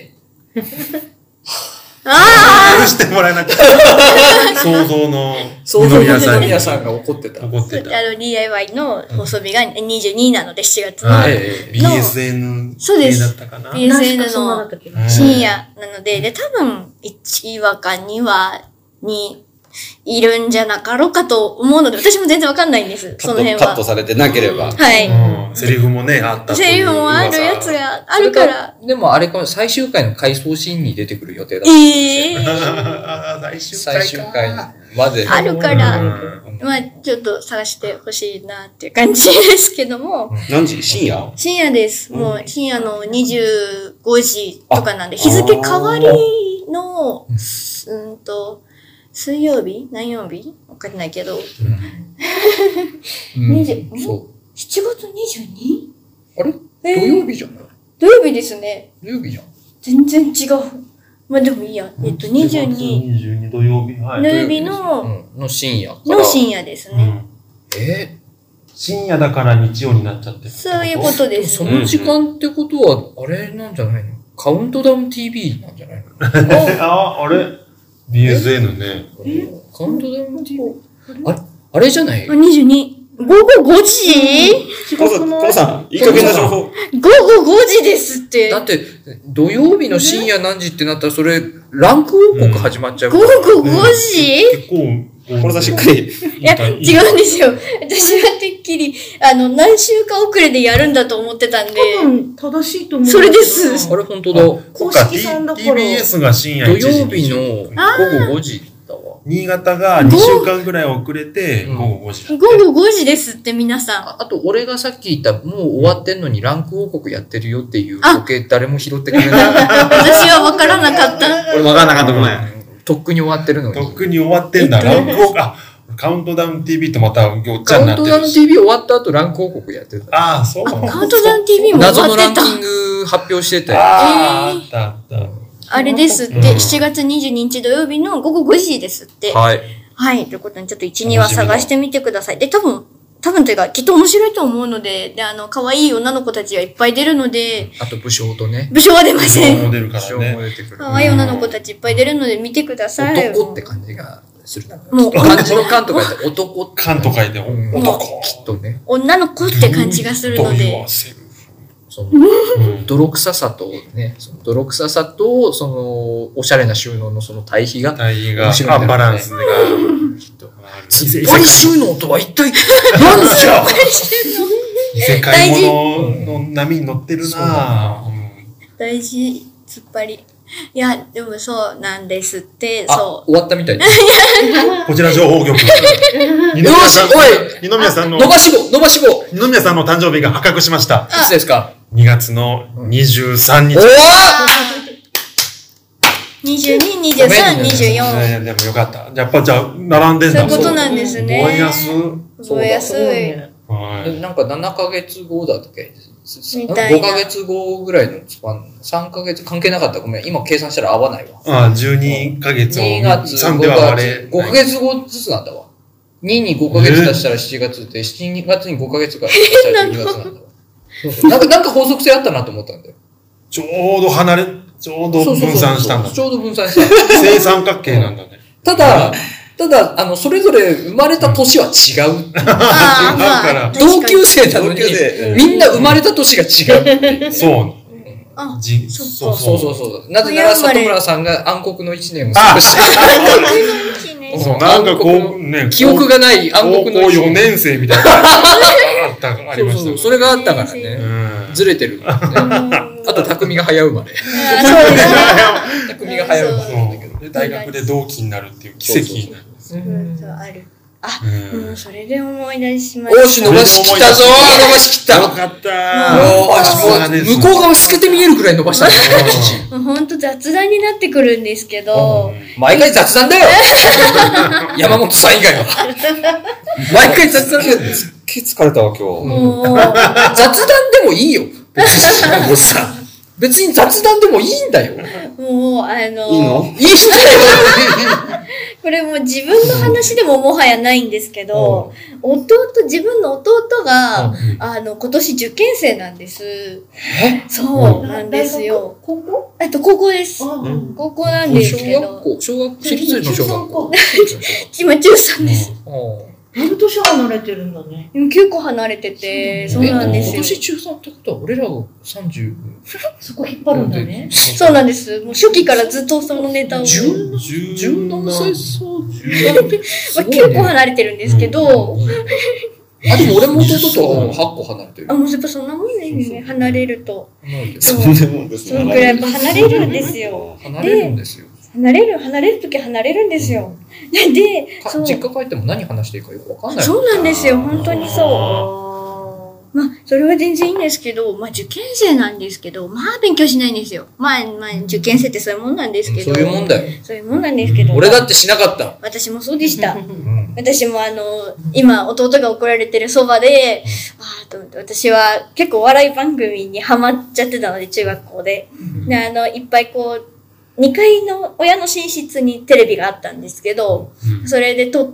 ああ許してもらえなくて。想像の二宮さん。二宮さんが怒ってた。 怒ってた。 あの、ディーアイワイ の放送日がにじゅうになので、しちがつの。 はい。ビーエスエヌ 系だったかな。 ビーエスエヌ の深夜なので、で、多分、いちわかにわにいるんじゃなかろうかと思うので、私も全然わかんないんです、その辺は。 カットされてなければ。 はい。 セリフもね、あった。 セリフもあるやつがあるから。 でもあれか、最終回の回想シーンに出てくる予定だった。 ええー。最終回。最終回まで。 あるから、まあちょっと探してほしいなっていう感じですけども。 何時？深夜？ 深夜です。もう深夜のにじゅうごじとかなんで、日付変わりの、うんと、水曜日？何曜日？わかんないけど。にじゅう、そう。しちがつにじゅうに？ あれ、えー、土曜日じゃない？ 土曜日ですね。 土曜日じゃん。 全然違う。まあでもいいや。えっと、にじゅうに。 にじゅうに土曜日。 はい。土曜日の、 うん、の深夜。 の深夜ですね。 うん、えー、深夜だから日曜になっちゃってる。 そういうことです、 ね。その時間ってことは、あれなんじゃないの？カウントダウン ティービー なんじゃないの？ あ、あれ ビーエスエヌ ね。 カウントダウン ティービー？ あれあれじゃない？ にじゅうに。午後ごじ？ コロさん、いい加減な情報。 午後ごじですって。 だって、土曜日の深夜何時ってなったら、それ、ランク王国始まっちゃう。 午後ごじ？ 結構、 コロさんしっかり。 いや、違うんですよ。私はてっきり、あの、何週間遅れでやるんだと思ってたんで。 多分、正しいと思う。 それです。 あれ、本当だ。 公式さんだから。 ティービーエス が深夜いちじ。土曜日の午後ごじ。 新潟がにしゅうかんぐらい遅れて、午後ごじ。 午後ごじですって皆さん。 あと、俺がさっき言った、もう終わってんのにランク王国やってるよっていうボケ、誰も拾ってくれない。 私は分からなかった。 俺分からなかった、ごめん。 とっくに終わってるのに。 とっくに終わってんだ。ランク王国、あ、カウントダウン ティービー とまたごっちゃになってる。 カウントダウン ティービー 終わった後、ランク王国やってる。 ああ、そう。 カウントダウン ティービー も終わってた。 謎のランキング発表してて。 ああ、あったあった。 あれですって、しちがつにじゅうににち土曜日の午後ごじですって。 はい。 はい。ということで、ちょっといち、にわ探してみてください。で、多分、多分というか、きっと面白いと思うので、で、あの、可愛い女の子たちがいっぱい出るので、 あと武将とね。 武将は出ません。 武将も出るからね。 可愛い女の子たちいっぱい出るので見てください。 男って感じがする。もう、漢字の漢とか言って男。 漢と書いて男。 きっとね。 女の子って感じがするので。 その泥臭さとね、その泥臭さと、その、おしゃれな収納のその対比が。 対比が、バランスが。 突っ張り収納とは一体何じゃ異世界ものの波に乗ってるなぁ。 大事、突っ張り。いや、でもそうなんですって、そう。 終わったみたいです。 こちら情報局。 二宮さん、おい二宮さんの、 伸ばし棒伸ばし棒二宮さんの誕生日が破格しました。 いつですか？ にがつのにじゅうさんにち。 おーにじゅうに、にじゅうさん、にじゅうよん。 いやいや、でもよかった。やっぱじゃあ、並んでんだ。 そういうことなんですね。 覚えやすい。 覚えやすい。 はい、なんかななかげつごだっけごかげつごぐらいのスパン、さんかげつ関係なかった。ごめん、今計算したら合わないわ。 ああ、じゅうにかげつをさんでは割れ。 ごかげつごずつなんだわ。ににごかげつ足したらしちがつで、しちがつにごかげつから足したらじゅうにがつなんだわ。なんか、なんか法則性あったなと思ったんだよ。 ちょうど離れ、ちょうど分散したんだ。 ちょうど分散した。 正三角形なんだね。 ただ、ただ、あの、それぞれ生まれた年は違う。同級生なのに、みんな生まれた年が違う。 そう。 あ、 そうそうそうそう。なぜなら、里村さんが暗黒の一年を過ごしてそう、なんかこう、ね、 記憶がない暗黒の一年。高校よねん生みたいな。あった、ありました。 それがあったからね。ずれてる。あと、匠が早生まれ。匠が早生まれなんだけど。 大学で同期になるっていう奇跡になる。 そう、ある。あ、うん、それで思い出しました。 おし、伸ばしきったぞー伸ばしきったよかったー向こう側透けて見えるくらい伸ばしたね。 もうほんと雑談になってくるんですけど。 毎回雑談だよ山本さん以外は。毎回雑談だよ。 け疲れたわ、今日。雑談でもいいよ。山本さん。別に雑談でもいいんだよ。 もう、あのー、いいのいいんだよ。 これもう自分の話でももはやないんですけど、うん、弟、自分の弟が、うん、あの、今年受験生なんです。 えそうなんですよ。 高校えっと、高校です。うん、高校なんですけど。 小学校小学校私立の小学校今中さんです。 半年離れてるんだね。 結構離れてて、そうなんですよ。 今年中さんってことは、俺らがさんじゅう。 そこ引っ張るんだね。 そうなんです。もう初期からずっとそのネタを。 じゅうななさいそう。 結構離れてるんですけど。 あ、でも俺も弟とははっこ離れてる。 あ、もうやっぱそんなもんですね。離れると。 そんなもんですね。そのくらいやっぱ離れるんですよ。 離れるんですよ。 離れる、離れるとき離れるんですよ。で、 実家帰っても何話していいかよくわかんない。 そうなんですよ。本当にそう。まあ、それは全然いいんですけど、まあ、受験生なんですけど、まあ、勉強しないんですよ。まあ、まあ、受験生ってそういうもんなんですけど。 そういうもんだよ。 そういうもんなんですけど。 俺だってしなかった。 私もそうでした。私もあの、今、弟が怒られてるそばで、ああ、と思って、私は結構笑い番組にハマっちゃってたので、中学校で。で、あの、いっぱいこう、にかいの親の寝室にテレビがあったんですけど、うん、それで撮って、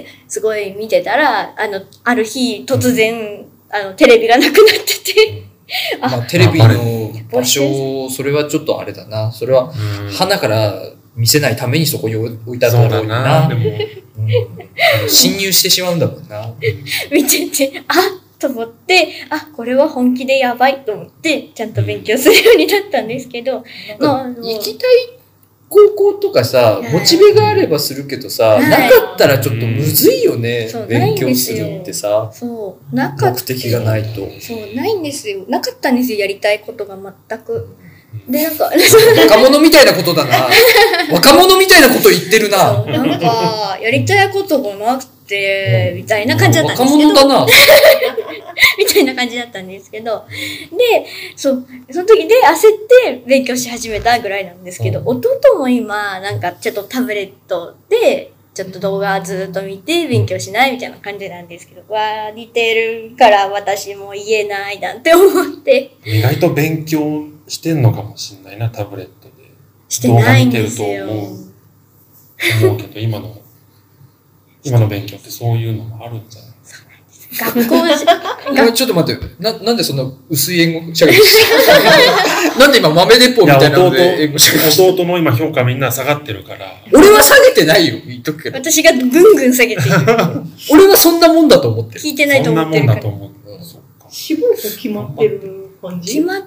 すごい見てたら、あの、ある日、突然、あの、テレビがなくなってて。 あまあ、テレビの場所、それはちょっとあれだな。それは、花から見せないためにそこに置いただろうな。でも、うん、侵入してしまうんだもんな。 見てて、あと思って、あ、これは本気でやばいと思って、ちゃんと勉強するようになったんですけど、 まあ、行きたい高校とかさ、モチベがあればするけどさ、はい、なかったらちょっとむずいよね、うん、勉強するってさ。 そう、なかった。 目的がないと。 そう、ないんですよ。なかったんですよ、やりたいことが全く。で、なんか、 若者みたいなことだな。若者みたいなこと言ってるな。 なんか、やりたいことがなくて、みたいな感じだったんですけど。 若者だな。 みたいな感じだったんですけど。で、そう、その時で焦って勉強し始めたぐらいなんですけど、弟も今、なんかちょっとタブレットで、ちょっと動画ずっと見て勉強しないみたいな感じなんですけど、わー、似てるから私も言えないなんて思って。 意外と勉強してんのかもしれないな、タブレットで。 してないんですよ。 動画見てると思う。思うけど、今の、今の勉強ってそういうのもあるんじゃない学校じゃ、ちょっと待ってよ。な、なんでそんな薄い英語しゃべりなんで今豆鉄砲みたいなので英語しゃべり弟の今評価みんな下がってるから。 俺は下げてないよ。言っとくけど。 私がぐんぐん下げている。 俺はそんなもんだと思ってる。 聞いてないと思ってるから。 そんなもんだと思ってる。そっか。 志望校決まってる感じ？ 決まって、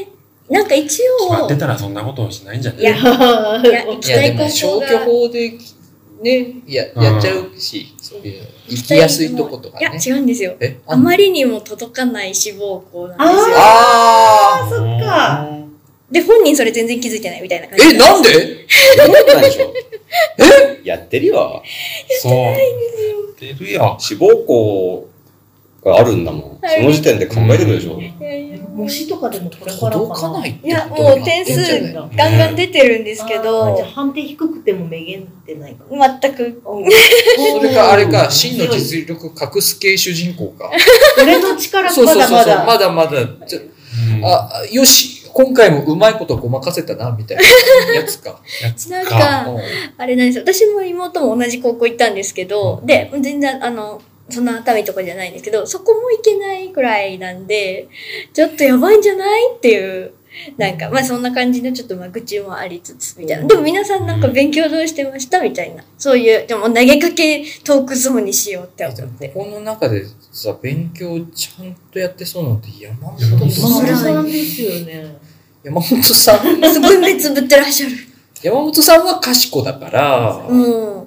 なんか一応。 決まってたらそんなことはしないんじゃない？ いや、いや、行きたい高校が。 消去法で、ね、や、やっちゃうし、そういう、行きやすいとことかね。 いや、違うんですよ。 えあまりにも届かない志望校なんですよ。 ああ、そっか。 で、本人それ全然気づいてないみたいな感じ。 え、なんでやってないでしょえやってるよ。 そう。やってないんですよ。 やってるよ。 志望校あるんだもん。その時点で考えてるでしょ。 模試とかでもこれから届かないっていや、もう点数ガンガン出てるんですけど。 じゃあ判定低くてもめげんってないか全く。 それかあれか、真の実力隠す系主人公か。 俺の力まだまだ。まだまだ。あ、よし。今回もうまいことごまかせたな、みたいなやつか。 なんか、あれなんですよ。私も妹も同じ高校行ったんですけど、で、全然、あの、そんな熱海とかじゃないんですけど、そこも行けないくらいなんで、ちょっとやばいんじゃないっていう、なんか、まあそんな感じのちょっとまあ愚痴もありつつ、みたいな。でも皆さんなんか勉強どうしてましたみたいな。そういう、でも投げかけトークゾーンにしようって思って。 この中でさ、勉強ちゃんとやってそうなのって山本さんですよね。 山本さん。 すごい目つぶってらっしゃる。 山本さんは賢だから。 うん。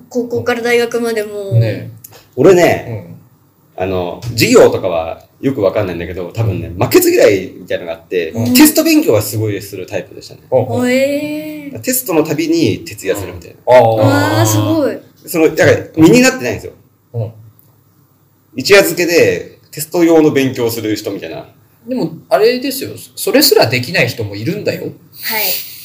高校から大学までも。 ね。俺ね、うん、あの、授業とかはよくわかんないんだけど、多分ね、負けず嫌いみたいなのがあって、うん、テスト勉強はすごいするタイプでしたね。 うん、えー、 テストのたびに徹夜するみたいな。 ああ、すごい。 その、だから、身になってないんですよ。うん、一夜漬けでテスト用の勉強をする人みたいな。 でも、あれですよ。それすらできない人もいるんだよ。 はい。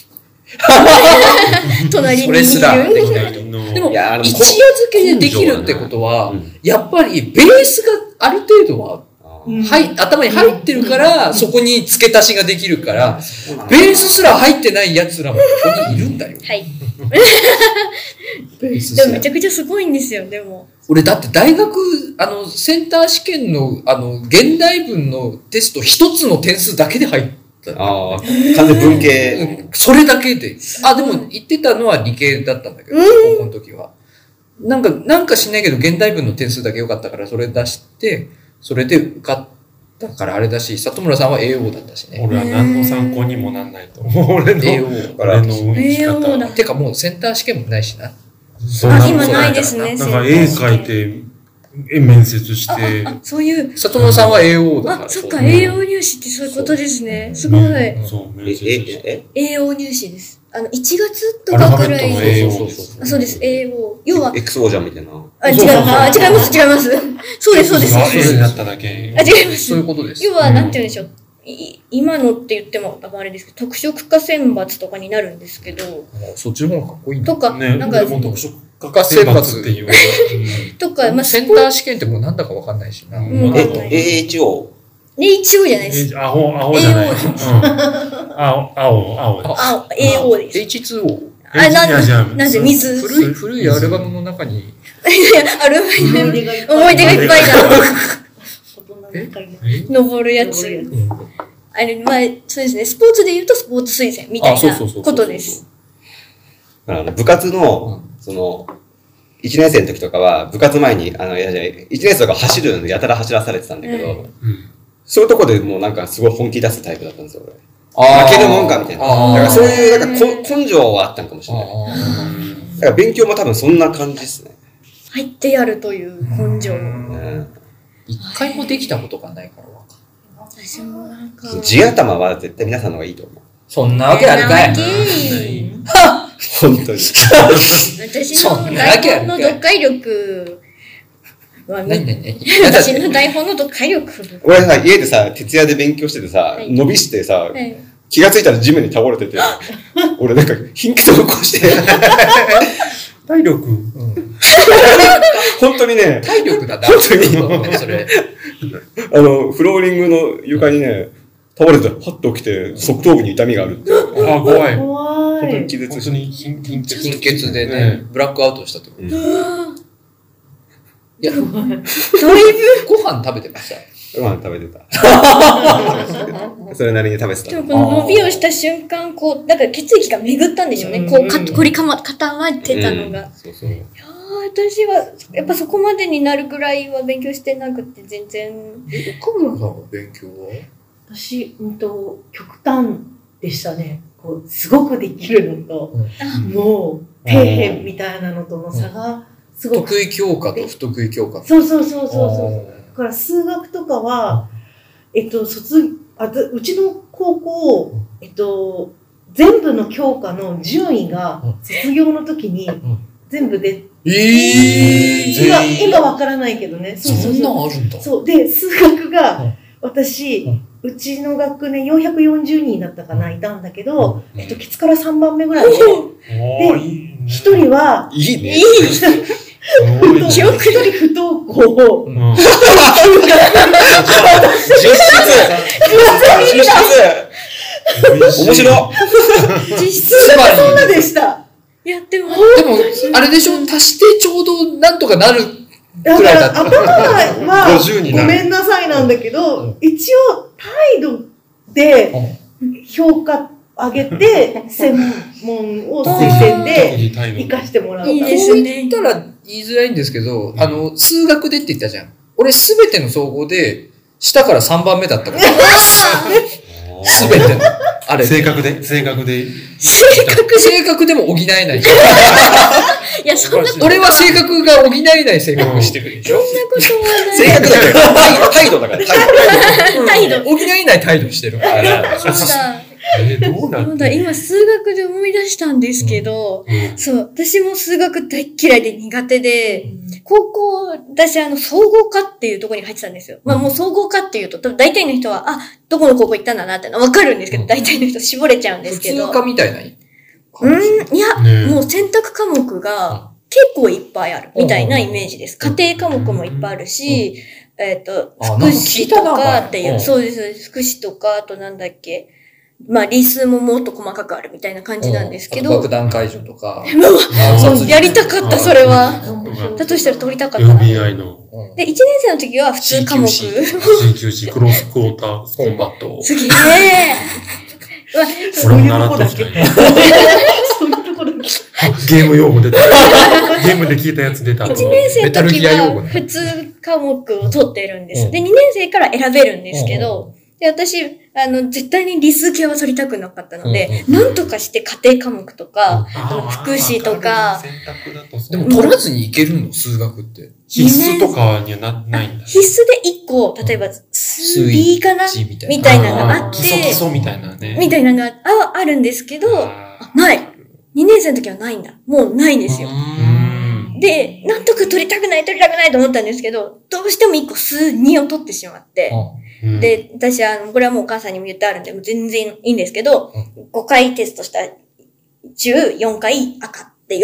隣にいる。 それすらできない人。でも、一夜漬けでできるってことは、うん、やっぱりベースがある程度は、はい、頭に入ってるから、そこに付け足しができるから、ベースすら入ってない奴らもここにいるんだよ。 はい。ベースでもめちゃくちゃすごいんですよ、でも。 俺だって大学、あの、センター試験の、あの、現代文のテスト一つの点数だけで入った。 ああ、完全文系。 それだけで。あ、でも言ってたのは理系だったんだけど、高校の時は。なんか、なんかしないけど、現代文の点数だけ良かったから、それ出して、それで受かったからあれだし、里村さんは エーオー だったしね。 俺は何の参考にもなんないと思う。俺の、 エーオー俺の運気方だ。 てかもうセンター試験もないしな。 あ、今ないですね。 なんか絵描いて、面接して。 あ、そういう。 里村さんは エーオー だから。 あ、そっか、エーオー 入試ってそういうことですね。すごい。 そう、面接して。 エーオー 入試です。あの、いちがつとかくらい。あ、そうです、エーオー。要は。 エクスオージャンみたいな。 あ、違う、あ、違います、違います。そうです、そうです。 エーになっただけ。 あ、違います。 そういうことです。 要は、なんて言うんでしょう。今のって言ってもあれですけど、特色化選抜とかになるんですけど。 そっちの方がかっこいいんだ。とか、なんか。 特色化選抜っていう。 とか、まあ、 センター試験ってもうなんだかわかんないしな。 え、エーエイチオー。エーエイチオー じゃないです。 アホ、アホじゃない。青、青、青。 青、エーオー です。 エイチツーオー。 あ、なんで、水。 古い、古いアルバムの中に。 いや、アルバム、思い出がいっぱいだ。登るやつ。あれ、まあ、そうですね。スポーツで言うとスポーツ推薦みたいなことです。 部活の、その、一年生の時とかは、部活前に、あの、いやいや、一年生とか走るのでやたら走らされてたんだけど、うん、そういうとこでもうなんかすごい本気出すタイプだったんですよ、俺。負けるもんかみたいな。だからそういう、なんか根性はあったんかもしれない。だから勉強も多分そんな感じですね。 入ってやるという根性。 一回もできたことがないからわかんない。私もなんか。 地頭は絶対皆さんの方がいいと思う。 そんなわけあるかい。 本当に。 私の台本の読解力は、私の台本の読解力。 俺さ、家でさ、徹夜で勉強しててさ、伸びしてさ、気がついたら地面に倒れてて、俺なんか貧血を起こして。 体力、うん、 本当にね、 体力だな。 本当に。それ。あの、フローリングの床にね、倒れて、パッと起きて、側頭部に痛みがあるって。 あ、怖い。 怖い。 本当に気絶して。 貧血。 貧血でね、ブラックアウトしたってこと。いや、だいぶご飯食べてました。 ご飯食べてた。それなりに食べてた。 でもこの伸びをした瞬間、こう、なんか血液が巡ったんでしょうね。こう、か、凝りかま、固まってたのが。そうそう。いや私は、やっぱそこまでになるぐらいは勉強してなくて、全然。 え、岡村さんは勉強は私、うんと、極端でしたね。こう、すごくできるのと、うん、もう、底辺みたいなのとの差が、すごく。 得意教科と不得意教科。 そうそうそうそうそう。だから数学とかは、えっと、卒、あ、うちの高校、えっと、全部の教科の順位が卒業の時に全部で、 えー、 今、今わからないけどね。 そうそうそう。そんなんあるんだ。 そう。で、数学が、うん、私、うん、うちの学年よんひゃくよんじゅうにんだったかな、いたんだけど、うん、えっと、ケツからさんばんめぐらいで、で、一人は、 いいね。 いい記憶より不登校。うん、実質実質面白実質がそんなでした。 いや、でも、 でも、あれでしょ、足してちょうどなんとかなるくらいだった。 頭は、ごめんなさいなんだけど、一応、態度で評価上げて、専門を推薦で活かしてもらう。 いいですね。 こう言ったら言いづらいんですけど、あの、数学でって言ったじゃん。俺すべての総合で、下からさんばんめだったから。すべての。あれ。 正確で正確で正確で正確でも補えない。 いや、そんなこと俺は性格が補えない性格してるでしょ。 そんなことはない。 性格だから。態度だから。 態度。 補えない態度してるから。 そうだ。 えー、どうなんだ今数学で思い出したんですけど、うんうん、そう、私も数学大嫌いで苦手で、うん、高校、私あの、総合科っていうところに入ってたんですよ。まあもう総合科っていうと、多分大体の人は、あ、どこの高校行ったんだなってのわかるんですけど、うん、大体の人絞れちゃうんですけど。 普通科みたいなうん、いや、ね、もう選択科目が結構いっぱいあるみたいなイメージです。家庭科目もいっぱいあるし、えっと、福祉とかっていう、そうです、福祉とか、あとなんだっけ、まあ、理数ももっと細かくあるみたいな感じなんですけど。 爆弾解除とか。 そう、やりたかった、それは。だとしたら取りたかったな。 エフビーアイ の。 で、いちねん生の時は普通科目。 シーキューシー、クロスクォーター、コンバット。 すげえ。 俺も習ってましたね。ゲーム用語出た。ゲームで聞いたやつ出た。 いちねん生の時は普通科目を取ってるんです。で、にねん生から選べるんですけど、で、私、あの、絶対に理数系は取りたくなかったので、なんとかして家庭科目とか、福祉とか。 でも取らずにいけるの数学って。 必須とかにはなないんだ。 必須でいっこ、例えば、数 B かなみたいなのがあって。 基礎基礎みたいなね。 みたいなのがああるんですけど、ない。にねん生の時はないんだ。もうないんですよ。で、なんとか取りたくない、取りたくないと思ったんですけど、どうしてもいっこ数にを取ってしまって。で、私は、これはもうお母さんにも言ってあるんで、もう全然いいんですけど、ごかいテストした中よんかい赤っていう、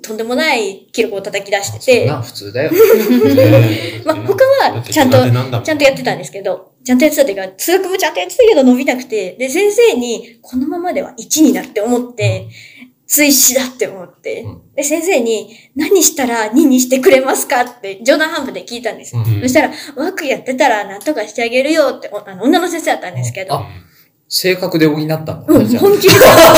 とんでもない記録を叩き出してて。 そんな普通だよ。 まあ、他はちゃんと、ちゃんとやってたんですけど、ちゃんとやってたっていうか、数学もちゃんとやってたけど伸びなくて、で、先生に、このままではいちになるって思って、追試だって思って、で、先生に、何したらににしてくれますかって冗談半分で聞いたんです。うん、そしたら、枠やってたらなんとかしてあげるよって、あの、女の先生だったんですけど。あ、 性格で補ったんだ。 うん、本気で。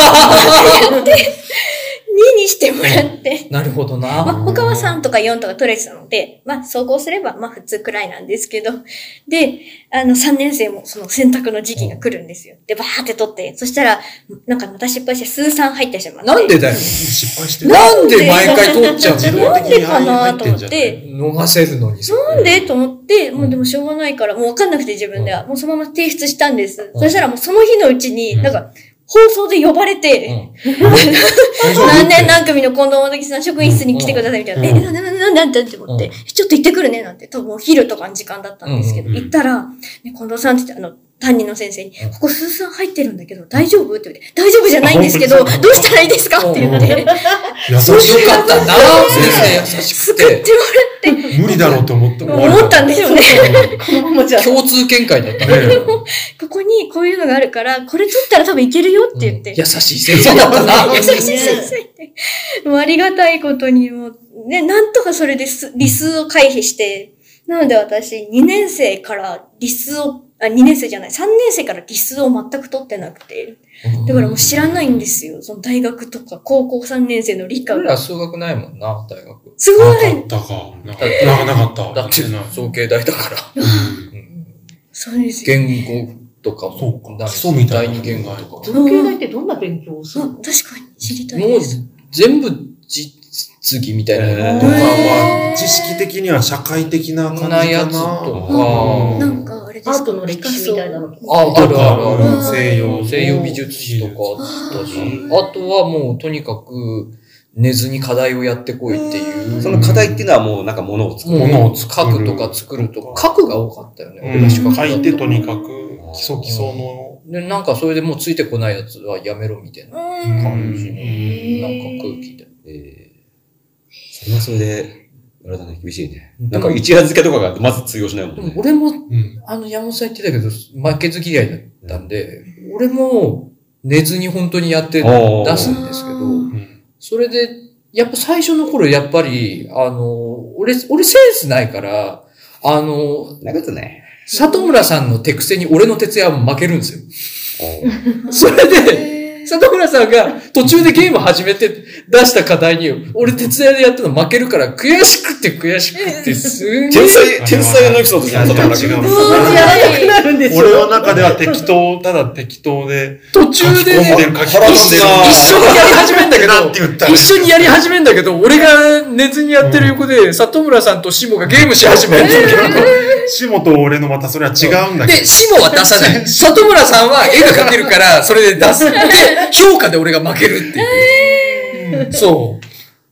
ににしてもらって。 なるほどな。 まあ、他はさんとかよんとか取れてたので、まあ、総合すれば、まあ、普通くらいなんですけど。で、あの、さんねん生もその選択の時期が来るんですよ。で、バーって取って、そしたら、なんかまた失敗して数さん入ってしまって。 なんでだよ。 失敗してなんで毎回取っちゃうの？なんでかなと思って。 逃せるのに。 なんでと思って、もうでもしょうがないから、もうわかんなくて自分では。もうそのまま提出したんです。そしたらもうその日のうちに、なんか、放送で呼ばれて、うん、何年何組の近藤元木さん職員室に来てくださいみたいな。うん、え、なんでなんでなんでなんでって思って、うん、ちょっと行ってくるねなんて、多分お昼とかの時間だったんですけど、うん、行ったら、ね、近藤さんって言って、あの、担任の先生に、ここ数さん入ってるんだけど、大丈夫って言って、大丈夫じゃないんですけど、どうしたらいいですかって言って。 優しかったな、先生優しくて。 救ってもらって。 無理だろうと思った。 思ったんですよね。このままじゃ。 共通見解だったね。 ここにこういうのがあるから、これ取ったら多分いけるよって言って。 優しい先生だったな。 優しい先生って。もうありがたいことにも、ね、なんとかそれで理数を回避して、なので私、にねん生から理数を、あ、にねん生じゃない、さんねん生から理数を全く取ってなくて。だからもう知らないんですよ。その大学とか高校さんねん生の理科が。 俺ら数学ないもんな、大学。 すごい。 なかったか。なかなかった。 だって造形大だから。 そうですよ。 言語とかも。 そうか。基礎みたいな言語とか。 造形大ってどんな勉強をするの？ 確かに知りたいです。 もう全部実技みたいな。 まあまあ、知識的には社会的な感じかな。 やつとか。 なんかあれですか、 アートの歴史みたいなの。 あ、あるあるある。 西洋。 西洋美術史とかあったし。あとはもうとにかく、 寝ずに課題をやってこいっていう。 その課題っていうのはもうなんか物を作る。 物を書くとか作るとか、書くが多かったよね。 俺が書いてとにかく基礎基礎の。 で、なんかそれでもうついてこないやつはやめろみたいな感じに、なんか空気で。 えー、それはそれで、あれだね、厳しいね。なんか一夜漬けとかがまず通用しないもんね。 俺も、あの山本さん言ってたけど、負けず嫌いだったんで、俺も寝ずに本当にやって出すんですけど、それで、やっぱ最初の頃やっぱり、あの、俺、俺センスないから、あの、 なことね。 里村さんの手癖に俺の徹夜は負けるんですよ。それで、里村さんが途中でゲーム始めて出した課題に、俺徹夜でやったの負けるから悔しくて悔しくてすんげ天才、天才のエピソードじゃん、里村さん。 やらなくなるんですよ。 俺の中では適当、ただ適当で。 途中でね、一緒にやり始めんだけど、一緒にやり始めんだけど、俺が寝ずにやってる横で、里村さんとシモがゲームし始めるんだけど、 シモと俺のまたそれは違うんだけど。 で、シモは出さない。里村さんは絵が描けるから、それで出す。で、評価で俺が負けるっていう。そう。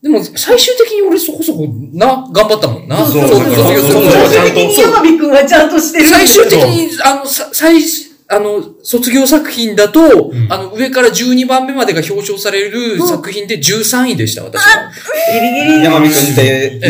でも、最終的に俺そこそこ、な、頑張ったもんな。 そうそうそう。最終的に山火くんはちゃんとしてる。 最終的に、あの、さ、最、あの、卒業作品だと、うん、あの、上からじゅうにばんめまでが表彰される作品でじゅうさんいでした、私は。 ギリギリ。 山火くんって、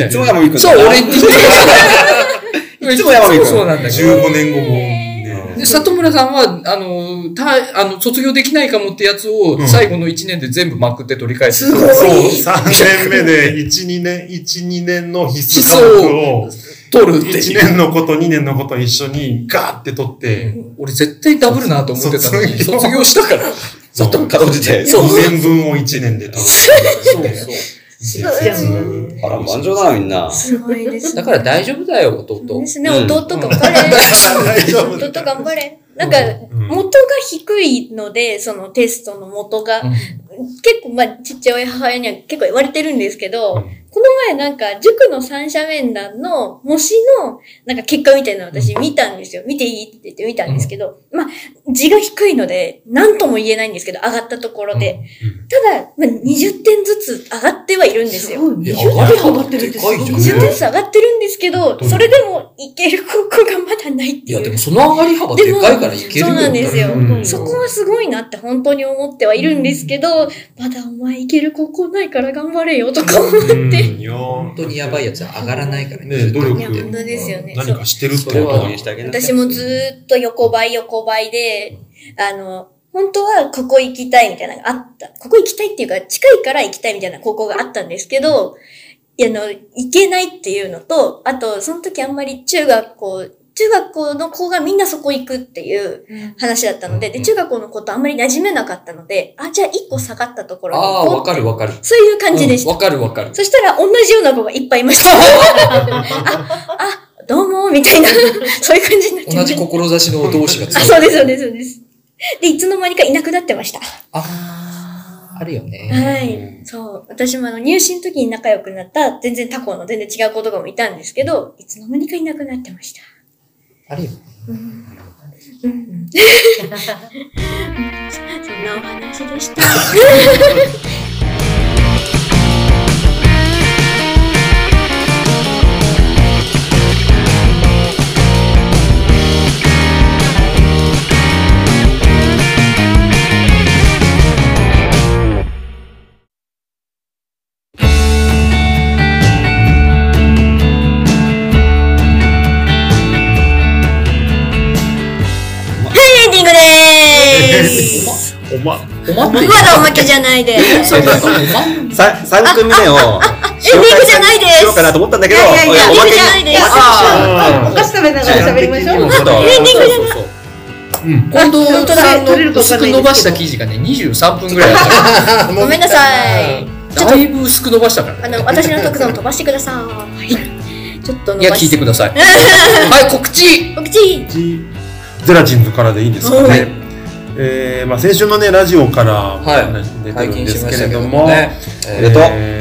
いつも山火くんそう、俺って言っていつも山火くん。 そうなんだけど。 じゅうごねんごも。 で、里村さんは、あの、た、あの、卒業できないかもってやつを、最後のいちねんで全部まくって取り返す。 すごい。 そう、さんねんめでいち、にねん、いち、にねんの必須科目を、 取るっていう。 いちねんのこと、にねんのこと一緒にガーって取って。 俺絶対ダブルなと思ってたのに、卒業したから。 そう、かろうじて。 そう。にねんぶんをいちねんで取る。 そうそう。 すごいですね。 あら、満場だな、みんな。 すごいです。 だから大丈夫だよ、弟。 ですね、弟頑張れ。弟頑張れ。なんか、元が低いので、そのテストの元が。結構、まあ、父親、母親には結構言われてるんですけど、この前なんか、塾の三者面談の模試の、なんか結果みたいなの私見たんですよ。見ていいって言って見たんですけど、まあ、字が低いので、何とも言えないんですけど、上がったところで。ただ、まあ、にじゅってんずつ上がってはいるんですよ。 にじゅってん上がってるってすごい。 にじゅってんずつ上がってるんですけど、それでもいける高校がまだないっていう。 いや、でもその上がり幅でかいからいけるよ。 そうなんですよ。そこはすごいなって本当に思ってはいるんですけど、まだお前いける高校ないから頑張れよとか思って。 本当にやばいやつは上がらないからね。努力。 本当ですよね。 何かしてるってことは私もずーっと横ばい横ばいで、あの、本当はここ行きたいみたいなのがあった。ここ行きたいっていうか近いから行きたいみたいな高校があったんですけど、いや、あの、行けないっていうのと、あと、その時あんまり中学校、中学校の子がみんなそこ行くっていう話だったので、で、中学校の子とあんまり馴染めなかったので、あ、じゃあ一個下がったところに行こう。 ああ、わかるわかる。 そういう感じでした。 わ、うん、かるわかる。 そしたら同じような子がいっぱいいました。あ、あ、どうも、みたいな、そういう感じになって同じ志の同士が強い。あ、そうです、そうです、そうです。で、いつの間にかいなくなってました。 ああ、あるよね。 はい。そう。私もあの、入試の時に仲良くなった、全然他校の全然違う子とかもいたんですけど、いつの間にかいなくなってました。 あるよ。 うん。うん。そんなお話でした。 おま、 おま、 まだおまけじゃないです。 そうそうそう。さ、三組目を、 エンディングじゃないです。 しようかなと思ったんだけど、 いやいやいや、エンディングじゃないです。 お菓子食べながら喋りましょう。 エンディングじゃない。 近藤さんの薄く伸ばした記事がね、にじゅうさんぷんぐらいだった。 ごめんなさい。 だいぶ薄く伸ばしたから。 あの、私の特段飛ばしてください。ちょっと伸ばして。 いや、聞いてください。はい、告知告知ゼラチンズからでいいですかね。えー、まあ先週のねラジオからはい、 出てるんですけれども、 えー、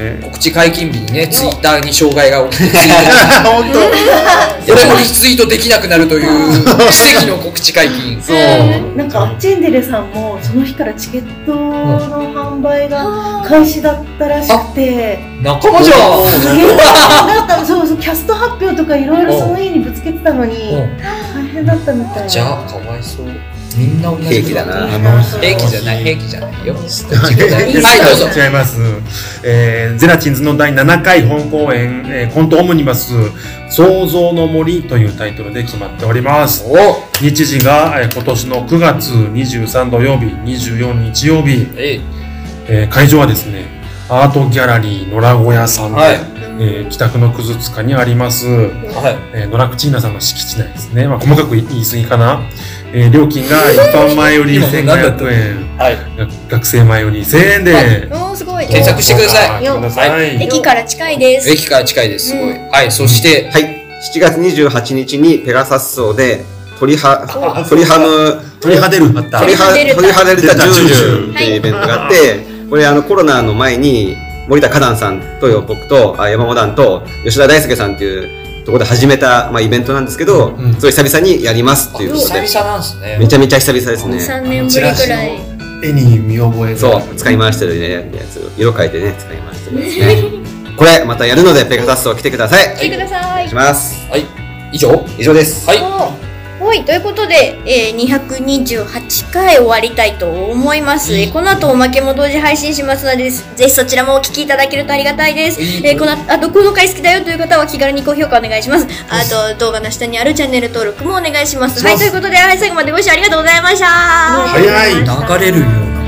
えー、告知解禁日にね、ツイッターに障害が起きて、 本当。 俺もリツイートできなくなるという奇跡の告知解禁。 そう。なんか、アッチェンデレさんも、その日からチケットの販売が開始だったらしくて。 仲間じゃん。 だったそうそう、キャスト発表とかいろいろその日にぶつけてたのに、大変だったみたい。 じゃあ、かわいそう。みんな同じ。 兵器だな。 兵器じゃない、兵器じゃないよ。はい、 どうぞ。違います。えー、ゼラチンズのだいななかい本公演、えー、コントオムニバス、創造の森というタイトルで決まっております。日時が、えー、今年のくがつにじゅうさん土曜日、にじゅうよっか日曜日。えー、会場はですね、アートギャラリー野良小屋さんで、はい、えー、北区の葛塚にあります、はい、えー、野良口稲さんの敷地内ですね。まあ、細かく言い過ぎかな。えー、料金が一般前よりせんごひゃくえん、はい、学生前よりせんえんで、 おーすごい。 検索してください。 よはい、駅から近いです。 駅から近いです。すごい。うん、はい、そして、 はい、しちがつにじゅうはちにちにペガサス層で鳥は、鳥ハム、 鳥ハデルタ、 鳥ハデルタジュージュっていうイベントがあって、これあのコロナの前に森田花壇さんと僕と山本団と吉田大輔さんっていうところで始めた、まあ、イベントなんですけど、うん、それ久々にやりますっていうことで。 久々なんですね。 めちゃめちゃ久々ですね。 さんねんぶりくらい。 絵に見覚えが。 そう、使い回してる、ね、やつ、色変えてね、使い回してるですね。これ、またやるので、ペガサス層来てください。 来てください。お願いします。 はい。以上以上です。 はい。 はい、ということで、えー、にひゃくにじゅうはちかい終わりたいと思います。えー、この後おまけも同時配信しますので、ぜひそちらもお聞きいただけるとありがたいです。えー、このあとこの回好きだよという方は気軽に高評価お願いします。あと動画の下にあるチャンネル登録もお願いします。はい、ということで、はい、最後までご視聴ありがとうございました。 早い。 流れるような。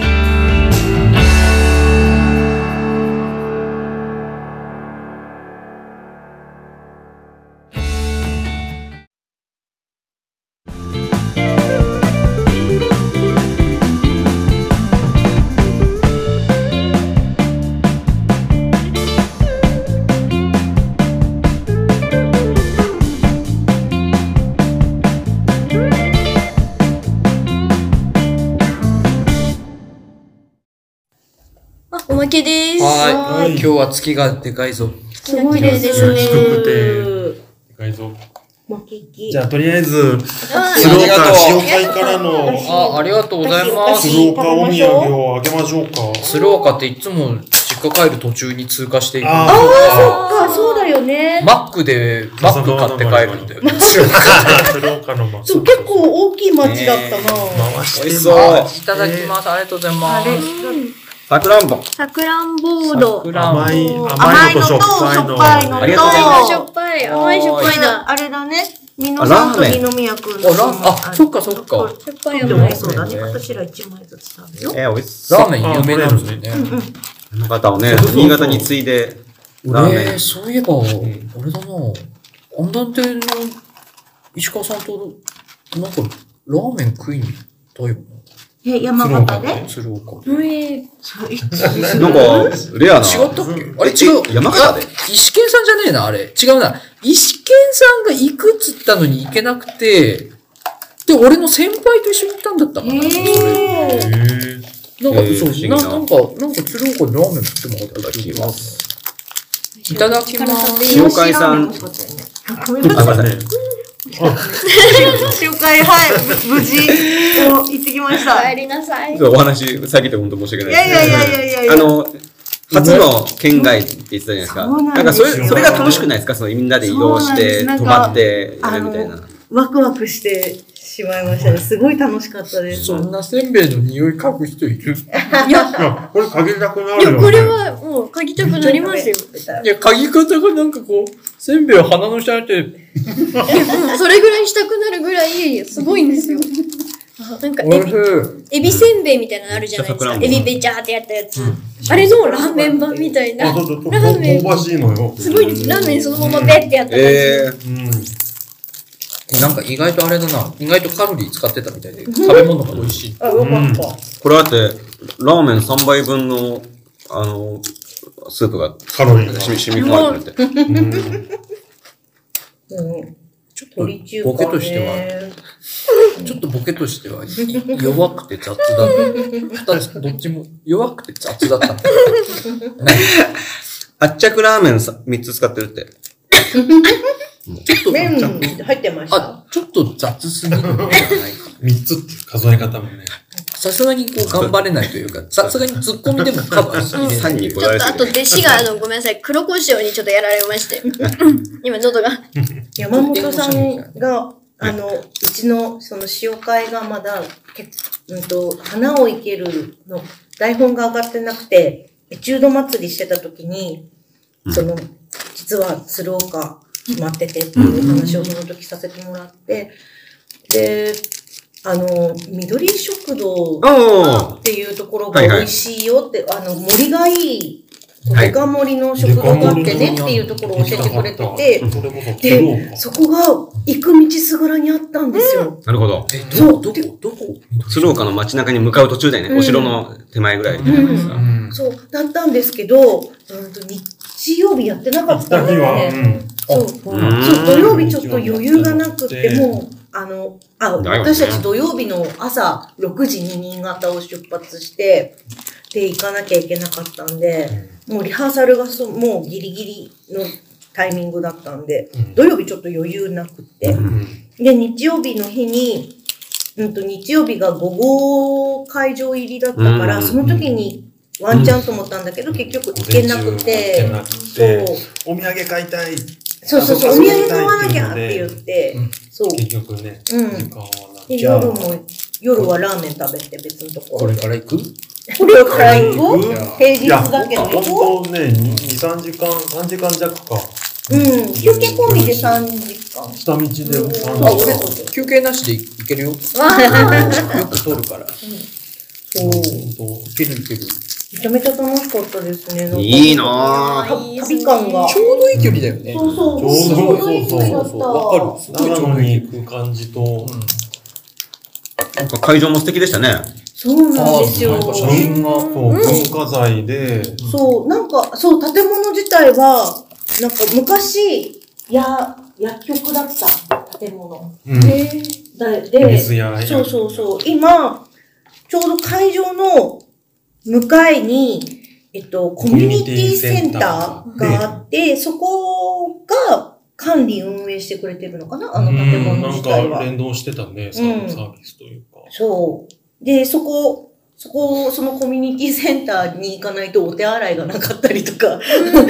おまけです。 はい。今日は月がでかいぞ。 月が綺麗ですね。 低くて、でかいぞ。じゃあ、とりあえず、 鶴岡塩会からの、 あ、ありがとうございます。 鶴岡お土産をあげましょうか。 鶴岡っていつも実家帰る途中に通過していく。 ああ、そっか、そうだよね。 マックで、マック買って帰るんだよね。 鶴岡のマック。 そう、結構大きい町だったな。 回してそう。 いただきます。ありがとうございます。 さくらんぼ。 さくらんぼーど。 甘い、甘いのとしょっぱいの。 ありがとうございます。 しょっぱい、甘いしょっぱいだ。 あれだね。みのさんと二宮くんの。 あ、そっかそっか。しょっぱい甘い。 そうだね。私ら一枚ずつ食べよう。 え、美味しそう。 ラーメン有名なんですよね。 新潟をね、新潟に次いで、 ラーメン。そういえば、あれだな。安南亭の石川さんと、なんか、ラーメン食いに行ったよな。 え、山形で鶴岡で。えー、なんか、レアな。 違ったっけあれ違う。 山形で石健さんじゃねえな、あれ。違うな。石健さんが行くっつったのに行けなくて、で、俺の先輩と一緒に行ったんだったかな。へー。 なんか、そう、ななんか、なんか鶴岡でラーメン食ってもらった気がする。いただきます。 塩海さん。 ごめんなさい。紹介、はい、無事、行ってきました。 帰りなさい。 お話、遮って本当申し訳ないです。 いやいやいやいやいやあの、初の県外って言ってたじゃないですか。なんかそれ、それが楽しくないですか？そのみんなで移動して、泊まって、やるみたいな。 ワクワクしてしまいましたね。すごい楽しかったです。 そんなせんべいの匂い嗅ぐ人いる？ いや、 これ嗅ぎたくなるよね。 いや、これはもう嗅ぎたくなりますよ。 いや、嗅ぎ方がなんかこう、せんべいを鼻の下に当てて、 それぐらいしたくなるぐらい、すごいんですよ。なんかエビせんべいみたいなのあるじゃないですか。エビべちゃーってやったやつ。あれのラーメン版みたいな。ラーメン。 香ばしいのよ。 すごいです。ラーメンそのままべってやった感じ。なんか意外とあれだな。意外とカロリー使ってたみたいで、食べ物が美味しい。 あ、よかった。 これだって、ラーメンさんばいぶんの、あの、スープが、 カロリーが染み込まれてて。 ちょっとボケとしては、ちょっとボケとしては弱くて雑だった。二つ、どっちも弱くて雑だった。 あっちゃくラーメンさみっつ使ってるって。 ちょっと麺入ってました。 あ、ちょっと雑すぎる。 みっつって数え方もね。 さすがにこう頑張れないというか、さすがにツッコミでもカバーしてさんにこだわりすぎちょっとあと弟子があのごめんなさい黒胡椒にちょっとやられまして今喉が山本さんがあのうちのその塩会がまだうんと花を生けるの台本が上がってなくてエチュード祭りしてた時にその実は鶴岡決まっててっていう話をその時させてもらってであの、緑食堂っていうところが美味しいよって、はいはい、あの、森がいい、デカ盛りの食堂があってねっていうところを教えてくれてて、で、そこが行く道すぐらにあったんですよ。 なるほど。 え、どこどこどこ鶴岡の街中に向かう途中だよね。うん、お城の手前ぐらいじゃないですか。うんうん、そう、だったんですけど、うんと、日曜日やってなかったんだよね。うん、そう、そう、土曜日ちょっと余裕がなくって、もう、あの、あ、私たち土曜日の朝ろくじに新潟を出発して、で、行かなきゃいけなかったんで、もうリハーサルがそもうギリギリのタイミングだったんで、土曜日ちょっと余裕なくって、で、日曜日の日に、うんと、日曜日が午後会場入りだったから、その時にワンチャンと思ったんだけど、結局行けなくて、 そう。お土産買いたい。 そうそうそう、お土産買わなきゃって言って、そう。 結局ね、 うん。で、夜も、夜はラーメン食べて別のところ。 これから行くこれから行こう平日だけど行こう。本当ね、に、さんじかん、さんじかん弱か。 うん、休憩込みでさんじかん。 下道でさんじかん。 休憩なしで行けるよ。よく取るから。 そう。 いけるいける。 めちゃめちゃ楽しかったですね。 いいなぁ。 旅感が。 ちょうどいい距離だよね。 そうそう。 ちょうどいい距離だった。 わかる。すごい長野に行く感じと。 なんか会場も素敵でしたね。 そうなんですよ。 写真が、そう、文化財で。 そう、なんか、そう、建物自体は、なんか昔、や、薬局だった建物。で、 水屋。 そうそうそう。今、ちょうど会場の向かいに、えっと、コミュニティセンターがあって、そこが管理運営してくれてるのかなあの建物自体は。 なんか連動してたね、サービスというか。 そう。で、そこ、そこ、そのコミュニティセンターに行かないとお手洗いがなかったりとか。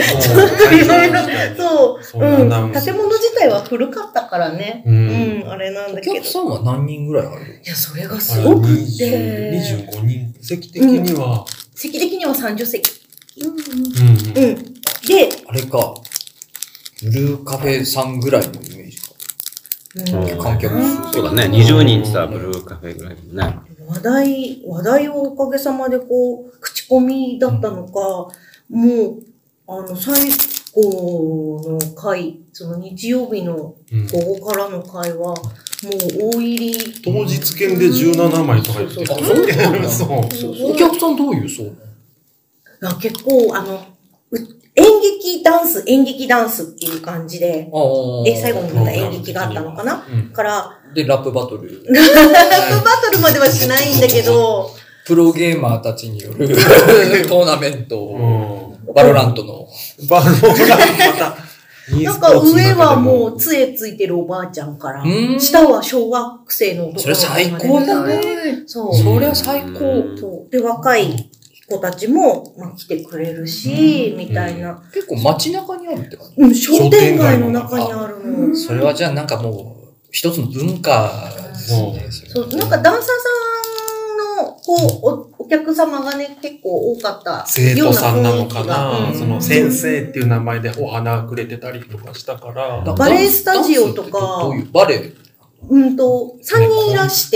そう。うん。建物自体は古かったからね。うん。あれなんだけど。 お客さんは何人ぐらいある？ いや、それがすごくて。にじゅうごにん。席的には。 席的にはさんじゅっせき。 うん。 うん。で、 あれか。ブルーカフェさんぐらいのイメージか。観客数。 そうだね。にじゅうにんってさ、ブルーカフェぐらいだね。 話題、話題をおかげさまでこう、口コミだったのか、もう、あの、最後の回、その日曜日の午後からの回は、もう大入り。 当日券でじゅうななまいとか言ってた。 そう。お客さんどういうそうなの？結構、あの、演劇ダンス、演劇ダンスっていう感じで、で、最後にまた演劇があったのかな、うん、から、 で、ラップバトル。 ラップバトルまではしないんだけど、 プロゲーマーたちによるトーナメント、うん、バロラントの。 バロラントまた。 なんか上はもう杖ついてるおばあちゃんから、下は小学生の男の子。 それ最高だね。 そう。 それは最高。 そう。で、若い子たちも、まあ、来てくれるし、みたいな。 結構街中にあるって感じ？ うん、商店街の中にあるの。 それはじゃあなんかもう、一つの文化ですね。 そう、なんかダンサーさんの、こう、お、お客様がね、結構多かった。 生徒さんなのかな、うん、その先生っていう名前でお花くれてたりとかしたから。 バレエスタジオとか。 どういうバレエ？ うんと、さんにんいらして、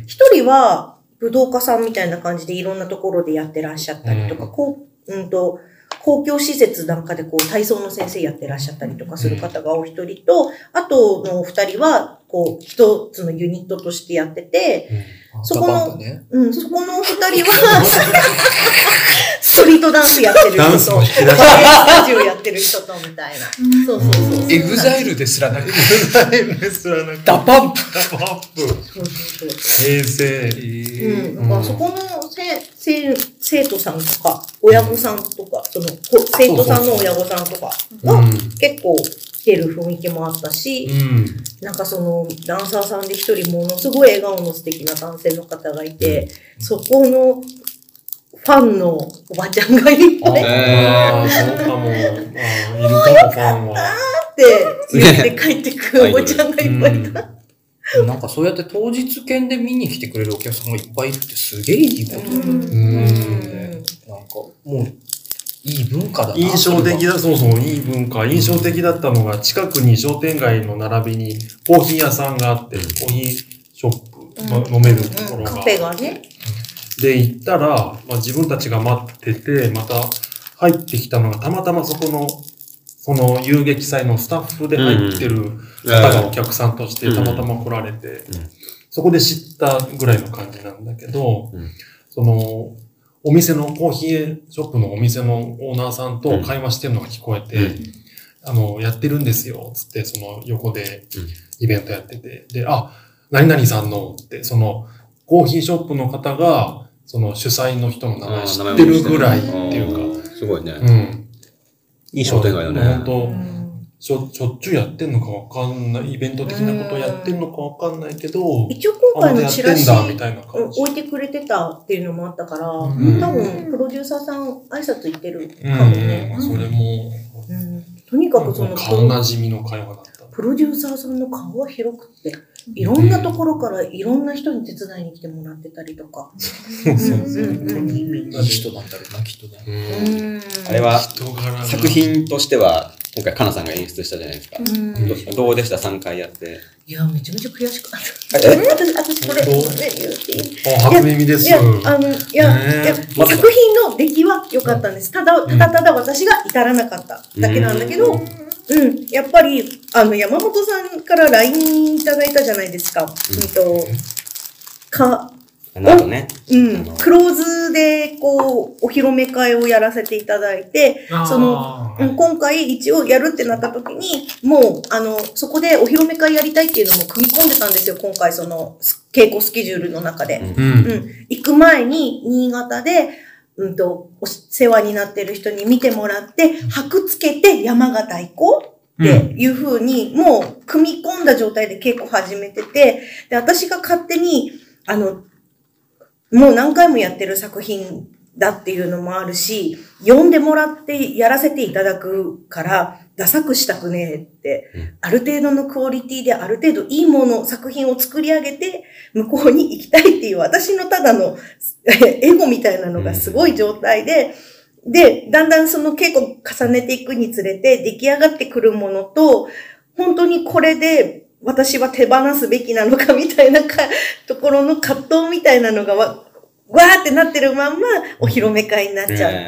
ひとりは武道家さんみたいな感じでいろんなところでやってらっしゃったりとか、うん、こう、うんと、公共施設なんかでこう体操の先生やってらっしゃったりとかする方がお一人と、あとのお二人は、こう、一つのユニットとしてやってて、うん、そこの、ね、うん、そこのお二人は、そトリートダンスやってる人と、 ダンスも引き出しスタジオやってる人とみたいな。そうそうそう。 エグザイルですらなくて。 エグザイルですらなくて。 ダパンプ。 ダパンプ。 そうそうそう。 平成。 うん。だからそこのせせ生徒さんとか、親御さんとか、その生徒さんの親御さんとかは結構来てる雰囲気もあったし、 うん、 なんかそのダンサーさんで一人ものすごい笑顔の素敵な男性の方がいて、うん、そこのファンのおばちゃんがいっぱい。 ああ、そうかも。ああ、いるかも、ファンは。 って言って帰ってくるおばちゃんがいっぱいいた。 なんかそうやって当日券で見に来てくれるお客さんがいっぱいいるってすげえいいことだよね。 うん。 なんかもういい文化だな。 印象的だ、そうそう、いい文化。印象的だったのが、近くに商店街の並びにコーヒー屋さんがあって、コーヒーショップ、ま、飲めるところが。 カフェがね。 で、行ったら、まあ、自分たちが待ってて、また入ってきたのが、たまたまそこの、その遊撃祭のスタッフで入ってる方がお客さんとしてたまたま来られて、そこで知ったぐらいの感じなんだけど、その、お店の、コーヒーショップのお店のオーナーさんと会話してるのが聞こえて、うん、あの、やってるんですよ、つって、その横でイベントやってて、で、あ、何々さんのって、その、コーヒーショップの方が、その主催の人の名前知ってるぐらいっていうか。 すごいね。 うん。 いい商店街だね。 本当しょ、しょっちゅうやってんのかわかんない、イベント的なことやってんのかわかんないけど、 一応今回のチラシみたいな感じ置いてくれてたっていうのもあったから、 うん、 多分プロデューサーさん挨拶行ってるかもね。 うん、それも、 うん、とにかくその顔なじみの会話だった。 プロデューサーさんの顔は広くって、いろんなところからいろんな人に手伝いに来てもらってたりとか。 そうそうそう。 いい人なんだろうな、きっとね。 あれは、作品としては、今回、かなさんが演出したじゃないですか。ど, どうでした ?さん 回やって。 いや、めちゃめちゃ悔しかった。え私、私これ、ね、言っていい？ あ、初耳です。 いや、あの、いや、いや作品の出来は良かったんです。ただ、ただただ私が至らなかっただけなんだけど、うん、やっぱり、あの、山本さんから ライン いただいたじゃないですか。うんと、か、 なるほどね。 うん。クローズで、こう、お披露目会をやらせていただいて、その、今回一応やるってなった時に、もう、あの、そこでお披露目会やりたいっていうのも組み込んでたんですよ、今回その、稽古スケジュールの中で。うん。うん、行く前に、新潟で、うんと、お世話になってる人に見てもらって、箔つけて山形行こうっていう風に、もう、組み込んだ状態で稽古始めてて、で、私が勝手に、あの、もう何回もやってる作品だっていうのもあるし、呼んでもらってやらせていただくから、ダサくしたくねえって、うん、ある程度のクオリティである程度いいもの、作品を作り上げて、向こうに行きたいっていう私のただのエゴみたいなのがすごい状態で、うん、で、だんだんその稽古重ねていくにつれて出来上がってくるものと、本当にこれで、私は手放すべきなのかみたいなかところの葛藤みたいなのがわ、わーってなってるまんまお披露目会になっちゃって、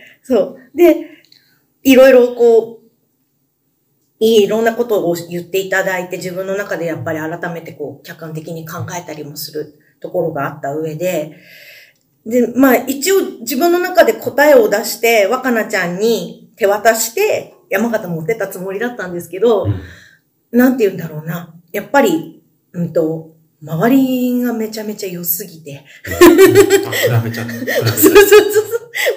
そう。で、いろいろこう、いろんなことを言っていただいて自分の中でやっぱり改めてこう客観的に考えたりもするところがあった上で、で、まあ一応自分の中で答えを出して若菜ちゃんに手渡して山形持ってたつもりだったんですけど、うんなんて言うんだろうな。やっぱり、うんと、周りがめちゃめちゃ良すぎて。 比べちゃった。 そうそうそう。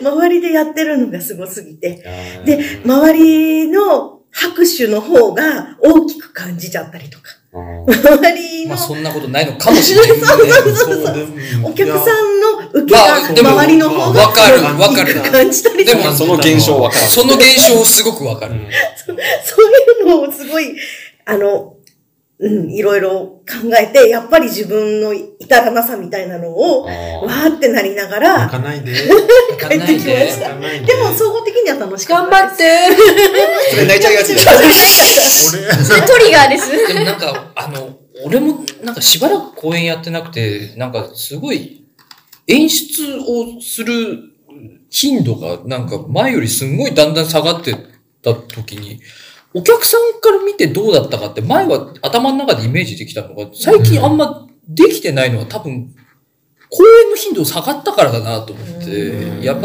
周りでやってるのがすごすぎて。で、周りの拍手の方が大きく感じちゃったりとか。周りの。 まあそんなことないのかもしれない、ね。 そうそうそうそう。お客さんの受けが周りの方が大きく感じたりとか。 でもその現象わかる。その現象すごくわかる。 そういうのをすごい、あの、うん、いろいろ考えて、やっぱり自分の至らなさみたいなのを、わーってなりながら、 泣かないで。 帰ってきました。でも、総合的には楽しかった。 頑張ってそれ泣いちゃうやつだ。それトリガーです。 でもなんか、あの、俺もなんかしばらく公演やってなくて、なんかすごい演出をする頻度がなんか前よりすんごいだんだん下がってた時に、お客さんから見てどうだったかって前は頭の中でイメージできたのが最近あんまできてないのは多分公演の頻度下がったからだなと思って、やっぱ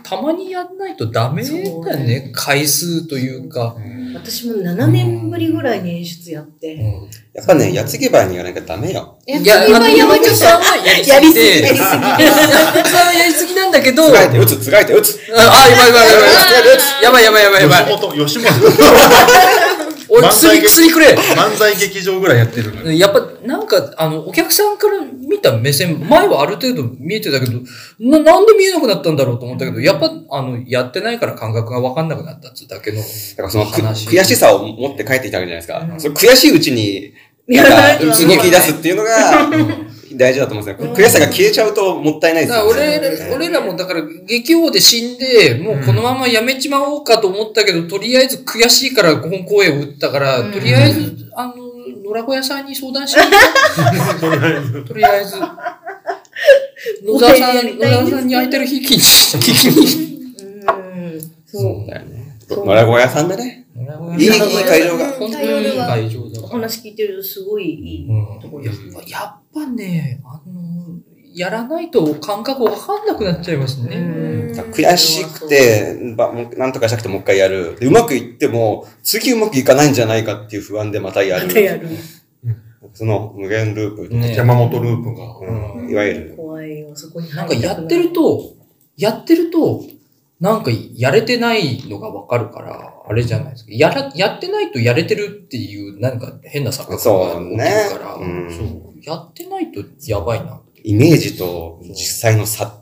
たまにやんないとダメだよね。回数というか。 私もななねんぶりぐらいに演出やって。 やっぱね、やつぎばいにやらなきゃダメよ。 いや、あの、山内さんはやりすぎて。やりすぎ。山内さんはやりすぎなんだけど。 つがえて打つ、つがえて打つ。 あ、やばいやばいやばい。やばいやばいやばいやばい。 吉本、吉本。 おい、薬、薬くれ。 漫才劇場ぐらいやってる。 やっぱ、なんか、あの、お客さんから見た目線、前はある程度見えてたけど、な、なんで見えなくなったんだろうと思ったけど、やっぱ、あの、やってないから感覚がわかんなくなったってだけの。だからその、悔しさを持って帰ってきたわけじゃないですか。うん、その悔しいうちに、なんか、動き出すっていうのが、大事だと思うんですよ。悔しさが消えちゃうともったいないですよね。 俺、俺らもだから、劇王で死んで、もうこのままやめちまおうかと思ったけど、とりあえず悔しいから本公演を打ったから、とりあえず、あの、野良小屋さんに相談しに行った。とりあえず。野沢さん、野沢さんに空いてる日聞きに。 そうだよね。野良小屋さんだね。いい、いい会場が。 本当にいい会場だ。 お話聞いてるとすごいいいところです。 やっぱね、あの、やらないと感覚わかんなくなっちゃいますね。 悔しくて、なんとかしたくてもう一回やる。うまくいっても、次うまくいかないんじゃないかっていう不安でまたやる。 またやる。 その無限ループ。 ね、山本ループが。 うん、いわゆる。 怖いよ、そこに。 なんかやってると、やってると、なんかやれてないのがわかるから、あれじゃないですか。やら、やってないとやれてるっていう、なんか変な錯覚が起きるから、そう、ねうん、そうやってないとやばいな。 イメージと実際の差って、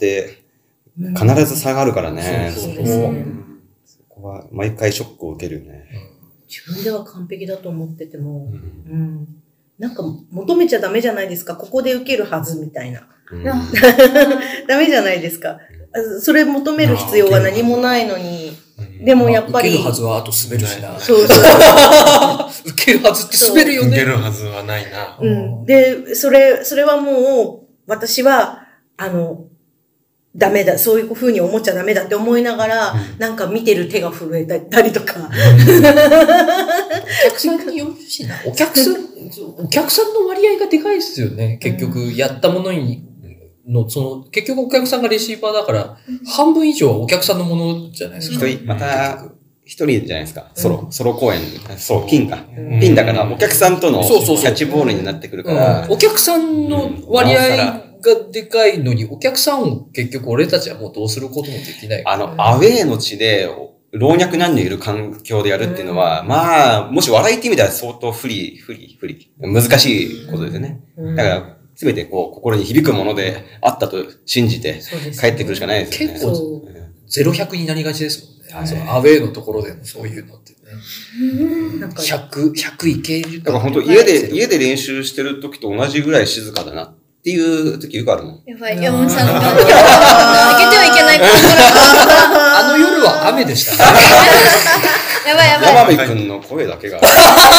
必ず差があるからね。 そうですね。 そこは毎回ショックを受けるよね。 自分では完璧だと思ってても、うんうん、なんか求めちゃダメじゃないですか。ここで受けるはずみたいな。うん、ダメじゃないですか。それ求める必要は何もないのに。でもやっぱり。 受けるはずはあと滑るしな。 そうそう。 受けるはずって滑るよね。 受けるはずはないな。 うん。で、それ、それはもう、私は、あの、ダメだ、そういう風に思っちゃダメだって思いながら、うん、なんか見てる手が震えたりとか。 お客さんによるしな。お客さん、お客さんの割合がでかいですよね。結局、やったものに、の、その、結局お客さんがレシーバーだから、半分以上はお客さんのものじゃないですか。 一人、また、一人じゃないですか。ソロ、ソロ公演。そう、ピンか。ピンだから、お客さんとのキャッチボールになってくるから。 お客さんの割合がでかいのに、お客さんを結局俺たちはもうどうすることもできない。 あの、アウェーの地で、老若男女いる環境でやるっていうのは、まあ、もし笑いって意味では相当不利、不利、不利。難しいことですよね。だから、すべてこう、心に響くものであったと信じて、帰ってくるしかないですよね。 結構、ゼロ百になりがちですもんね。そうアウェーのところでのそういうのってね。ひゃく、ひゃくいける。 だから本当家で、家で練習してる時と同じぐらい静かだなっていう時よくあるもん。 やばい、山本さんが。開けてはいけない。 あの夜は雨でした。 やばいやばい。 山部くんの声だけが。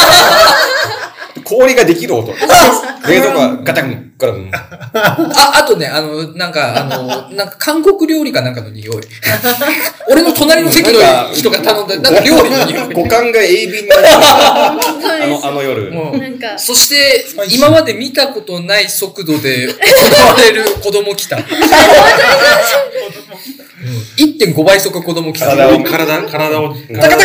氷ができる音。冷蔵庫がガタン、ガタン。 あ、あとね、あの、なんか、あの、なんか韓国料理かなんかの匂い。俺の隣の席の人が頼んだ、なんか料理の匂い。 五感が鋭敏になる。あの、あの夜。 なんか。 そして、今まで見たことない速度で行われる子供来た。いってんご 倍速子供来た。 体を、体、体を。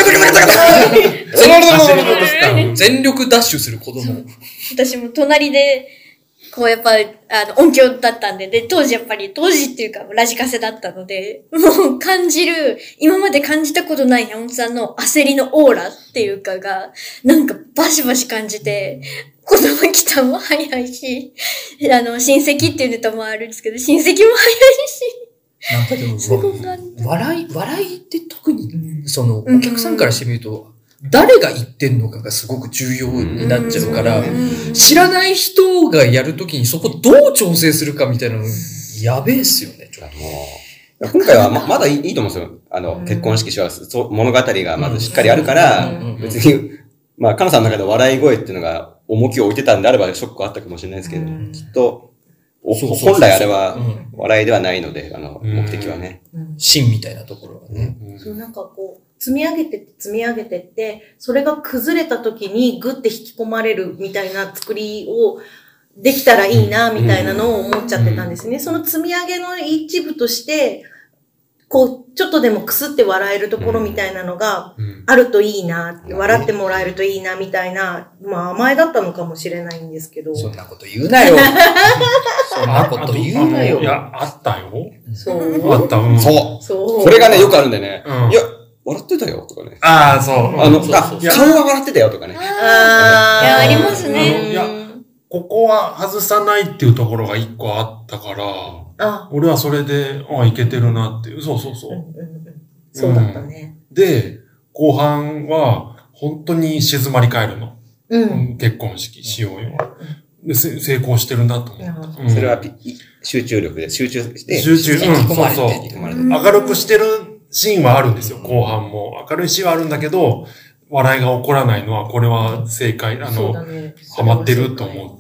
全力ダッシュする子供。 私も隣で、こうやっぱ、あの、音響だったんで、で、当時やっぱり、当時っていうか、ラジカセだったので、もう感じる、今まで感じたことない山本さんの焦りのオーラっていうかが、なんかバシバシ感じて、子供来たも早いし、あの、親戚っていうネタもあるんですけど、親戚も早いし、 なんかでも、笑い、笑いって特に、その、お客さんからしてみると、誰が言ってんのかがすごく重要になっちゃうから、知らない人がやるときにそこどう調整するかみたいなの、やべえっすよね、ちょっと。今回はままだいいと思うんですよ。あの、結婚式しは物語がまずしっかりあるから、別に、まあ、かなさんの中で笑い声っていうのが重きを置いてたんであればショックはあったかもしれないですけど、きっと、本来あれは笑いではないので、あの、目的はね。 芯みたいなところはね。 そう、なんかこう、積み上げてって積み上げてって、それが崩れた時にグッて引き込まれるみたいな作りをできたらいいな、みたいなのを思っちゃってたんですね。その積み上げの一部として、 こう、ちょっとでもくすって笑えるところみたいなのがあるといいな、うん、笑ってもらえるといいなみたいな、まあ甘えだったのかもしれないんですけど。 そんなこと言うなよ。そんなこと言うなよ。 いや、あったよ。 そう。 あった、うん。 そう。そう。これがね、よくあるんでね。うん、いや、笑ってたよとかね。 ああ、そう。 あの、あ、顔は笑ってたよとかね。 ああ、いや、ありますね。 いや、ここは外さないっていうところが一個あったから、あ俺はそれで、あいけてるなっていう。そうそうそう。うんうんうん、 そうだったね、 うん。で、後半は、本当に静まり返るの。うん、結婚式しようよ。で成功してるなと思った。 うん、それは集中力で、集中して、 集中、うん、そうそう。明るくしてるシーンはあるんですよ、後半も。明るいシーンはあるんだけど、笑いが起こらないのは、これは正解、あの、ね、ハマってると思って、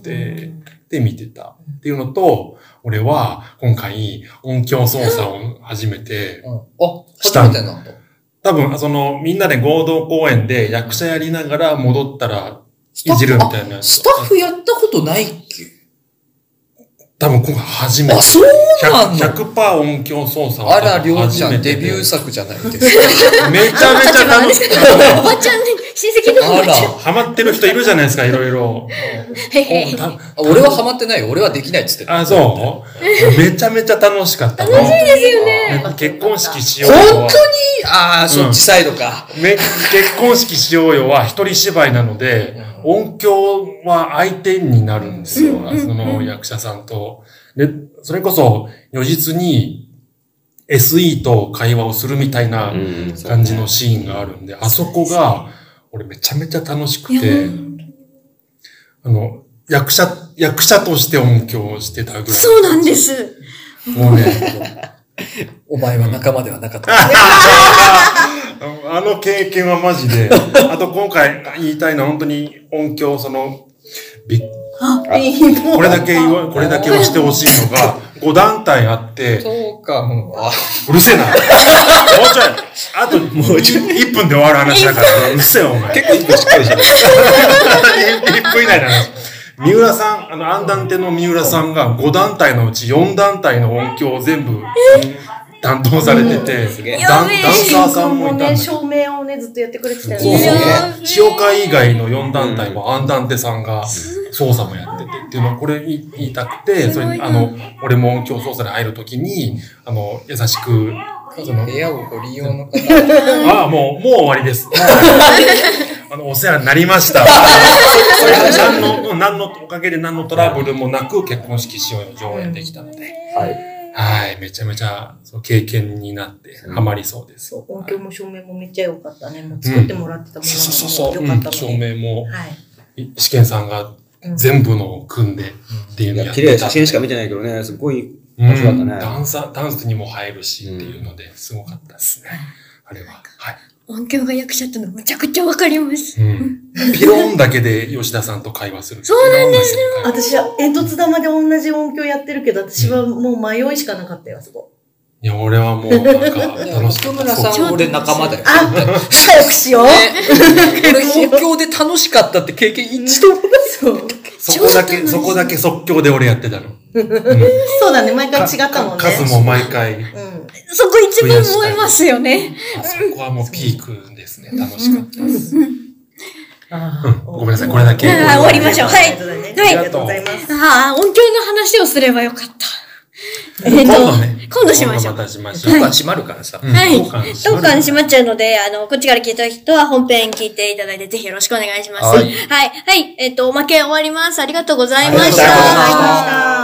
で見てた。っていうのと、俺は今回音響操作を始めて、 うん、あ、初めてなんだ。 多分、その、みんなで合同公演で役者やりながら戻ったらいじるみたいな。 スタッフやったことないっけ？ 多分今回初めて。 あ、そうなの ?ひゃくパーセント 音響操作をあら、りょうちゃんデビュー作じゃないですか。めちゃめちゃ楽しかった。 おばちゃんね、親戚のおばちゃん。 ハマってる人いるじゃないですか、いろいろ。 俺はハマってないよ。俺はできないっつってた。 あ、そうめちゃめちゃ楽しかった。 楽しいですよね。 結婚式しようよ。本当にああ、そっちサイドか。 結婚式しようよは一人芝居なので、音響は相手になるんですよ。その役者さんと。で、それこそ、如実に エスイー と会話をするみたいな感じのシーンがあるんで、あそこが、俺めちゃめちゃ楽しくて、あの、役者、役者として音響をしてたぐらい。 そうなんです。 もうね、 お前は仲間ではなかった。 あの経験はマジで。あと今回言いたいのは本当に音響、その、びっこれだけ言わ、これだけをしてほしいのが、ご団体あって。 そうか、もう。うるせえな。もうちょい。あと、もうちょい。いっぷんで終わる話だから、うるせえよ、お前。 結構いっぷんしっかりしゃべる。 いっぷん以内の話。三浦さん、あの、アンダンテの三浦さんがご団体のうちよん団体の音響を全部担当されてて、ダンサーさんもいたんだけど。 照明をね、ずっとやってくれてたよね。そうそう。塩会以外のよん団体はアンダンテさんが操作もやっててっていうのをこれ言いたくて、それに、あの、俺も音響操作で入るときに、あの、優しく、 その部屋をご利用の方ああ、もう、もう終わりです。あの、お世話になりました。何の、何の、おかげで何のトラブルもなく結婚式しようよ上演できたので。はい。はい。めちゃめちゃ、そう、経験になって、ハマりそうです。 そう、音響も照明もめっちゃ良かったね。もう作ってもらってたものも良かったので。そうそうそう。 照明も、はい。試験さんが全部のを組んでっていうのやってた。 綺麗な写真しか見てないけどね、すごい面白かったね。 ダンサ、ダンスにも入るしっていうので、すごかったですね。あれは。はい。 音響が役者ってのむちゃくちゃわかります。 うん。ピローンだけで吉田さんと会話する。 そうなんですよ。 私は煙突玉で同じ音響やってるけど、私はもう迷いしかなかったよ、あそこ。 いや、俺はもう、なんか、楽しかった。 奥村さん、俺仲間だよ。 あ、仲良くしよう。 俺、音響で楽しかったって経験一度もない。 そう。 そこだけ、そこだけ即興で俺やってたの。 そうだね、毎回違ったもんね。 数も毎回。うん。 そこ一番思いますよね。 そこはもうピークですね。楽しかったです。ごめんなさい、これだけ。 終わりましょう。はい。 ありがとうございます。 ああ、音響の話をすればよかった。 えっと、 今度しましょう。 当館閉まるからさ。 はい。当館閉まっちゃうので、あの、こっちから聞いた人は本編聞いていただいて、ぜひよろしくお願いします。はい。はい。えっと、おまけ終わります。ありがとうございました。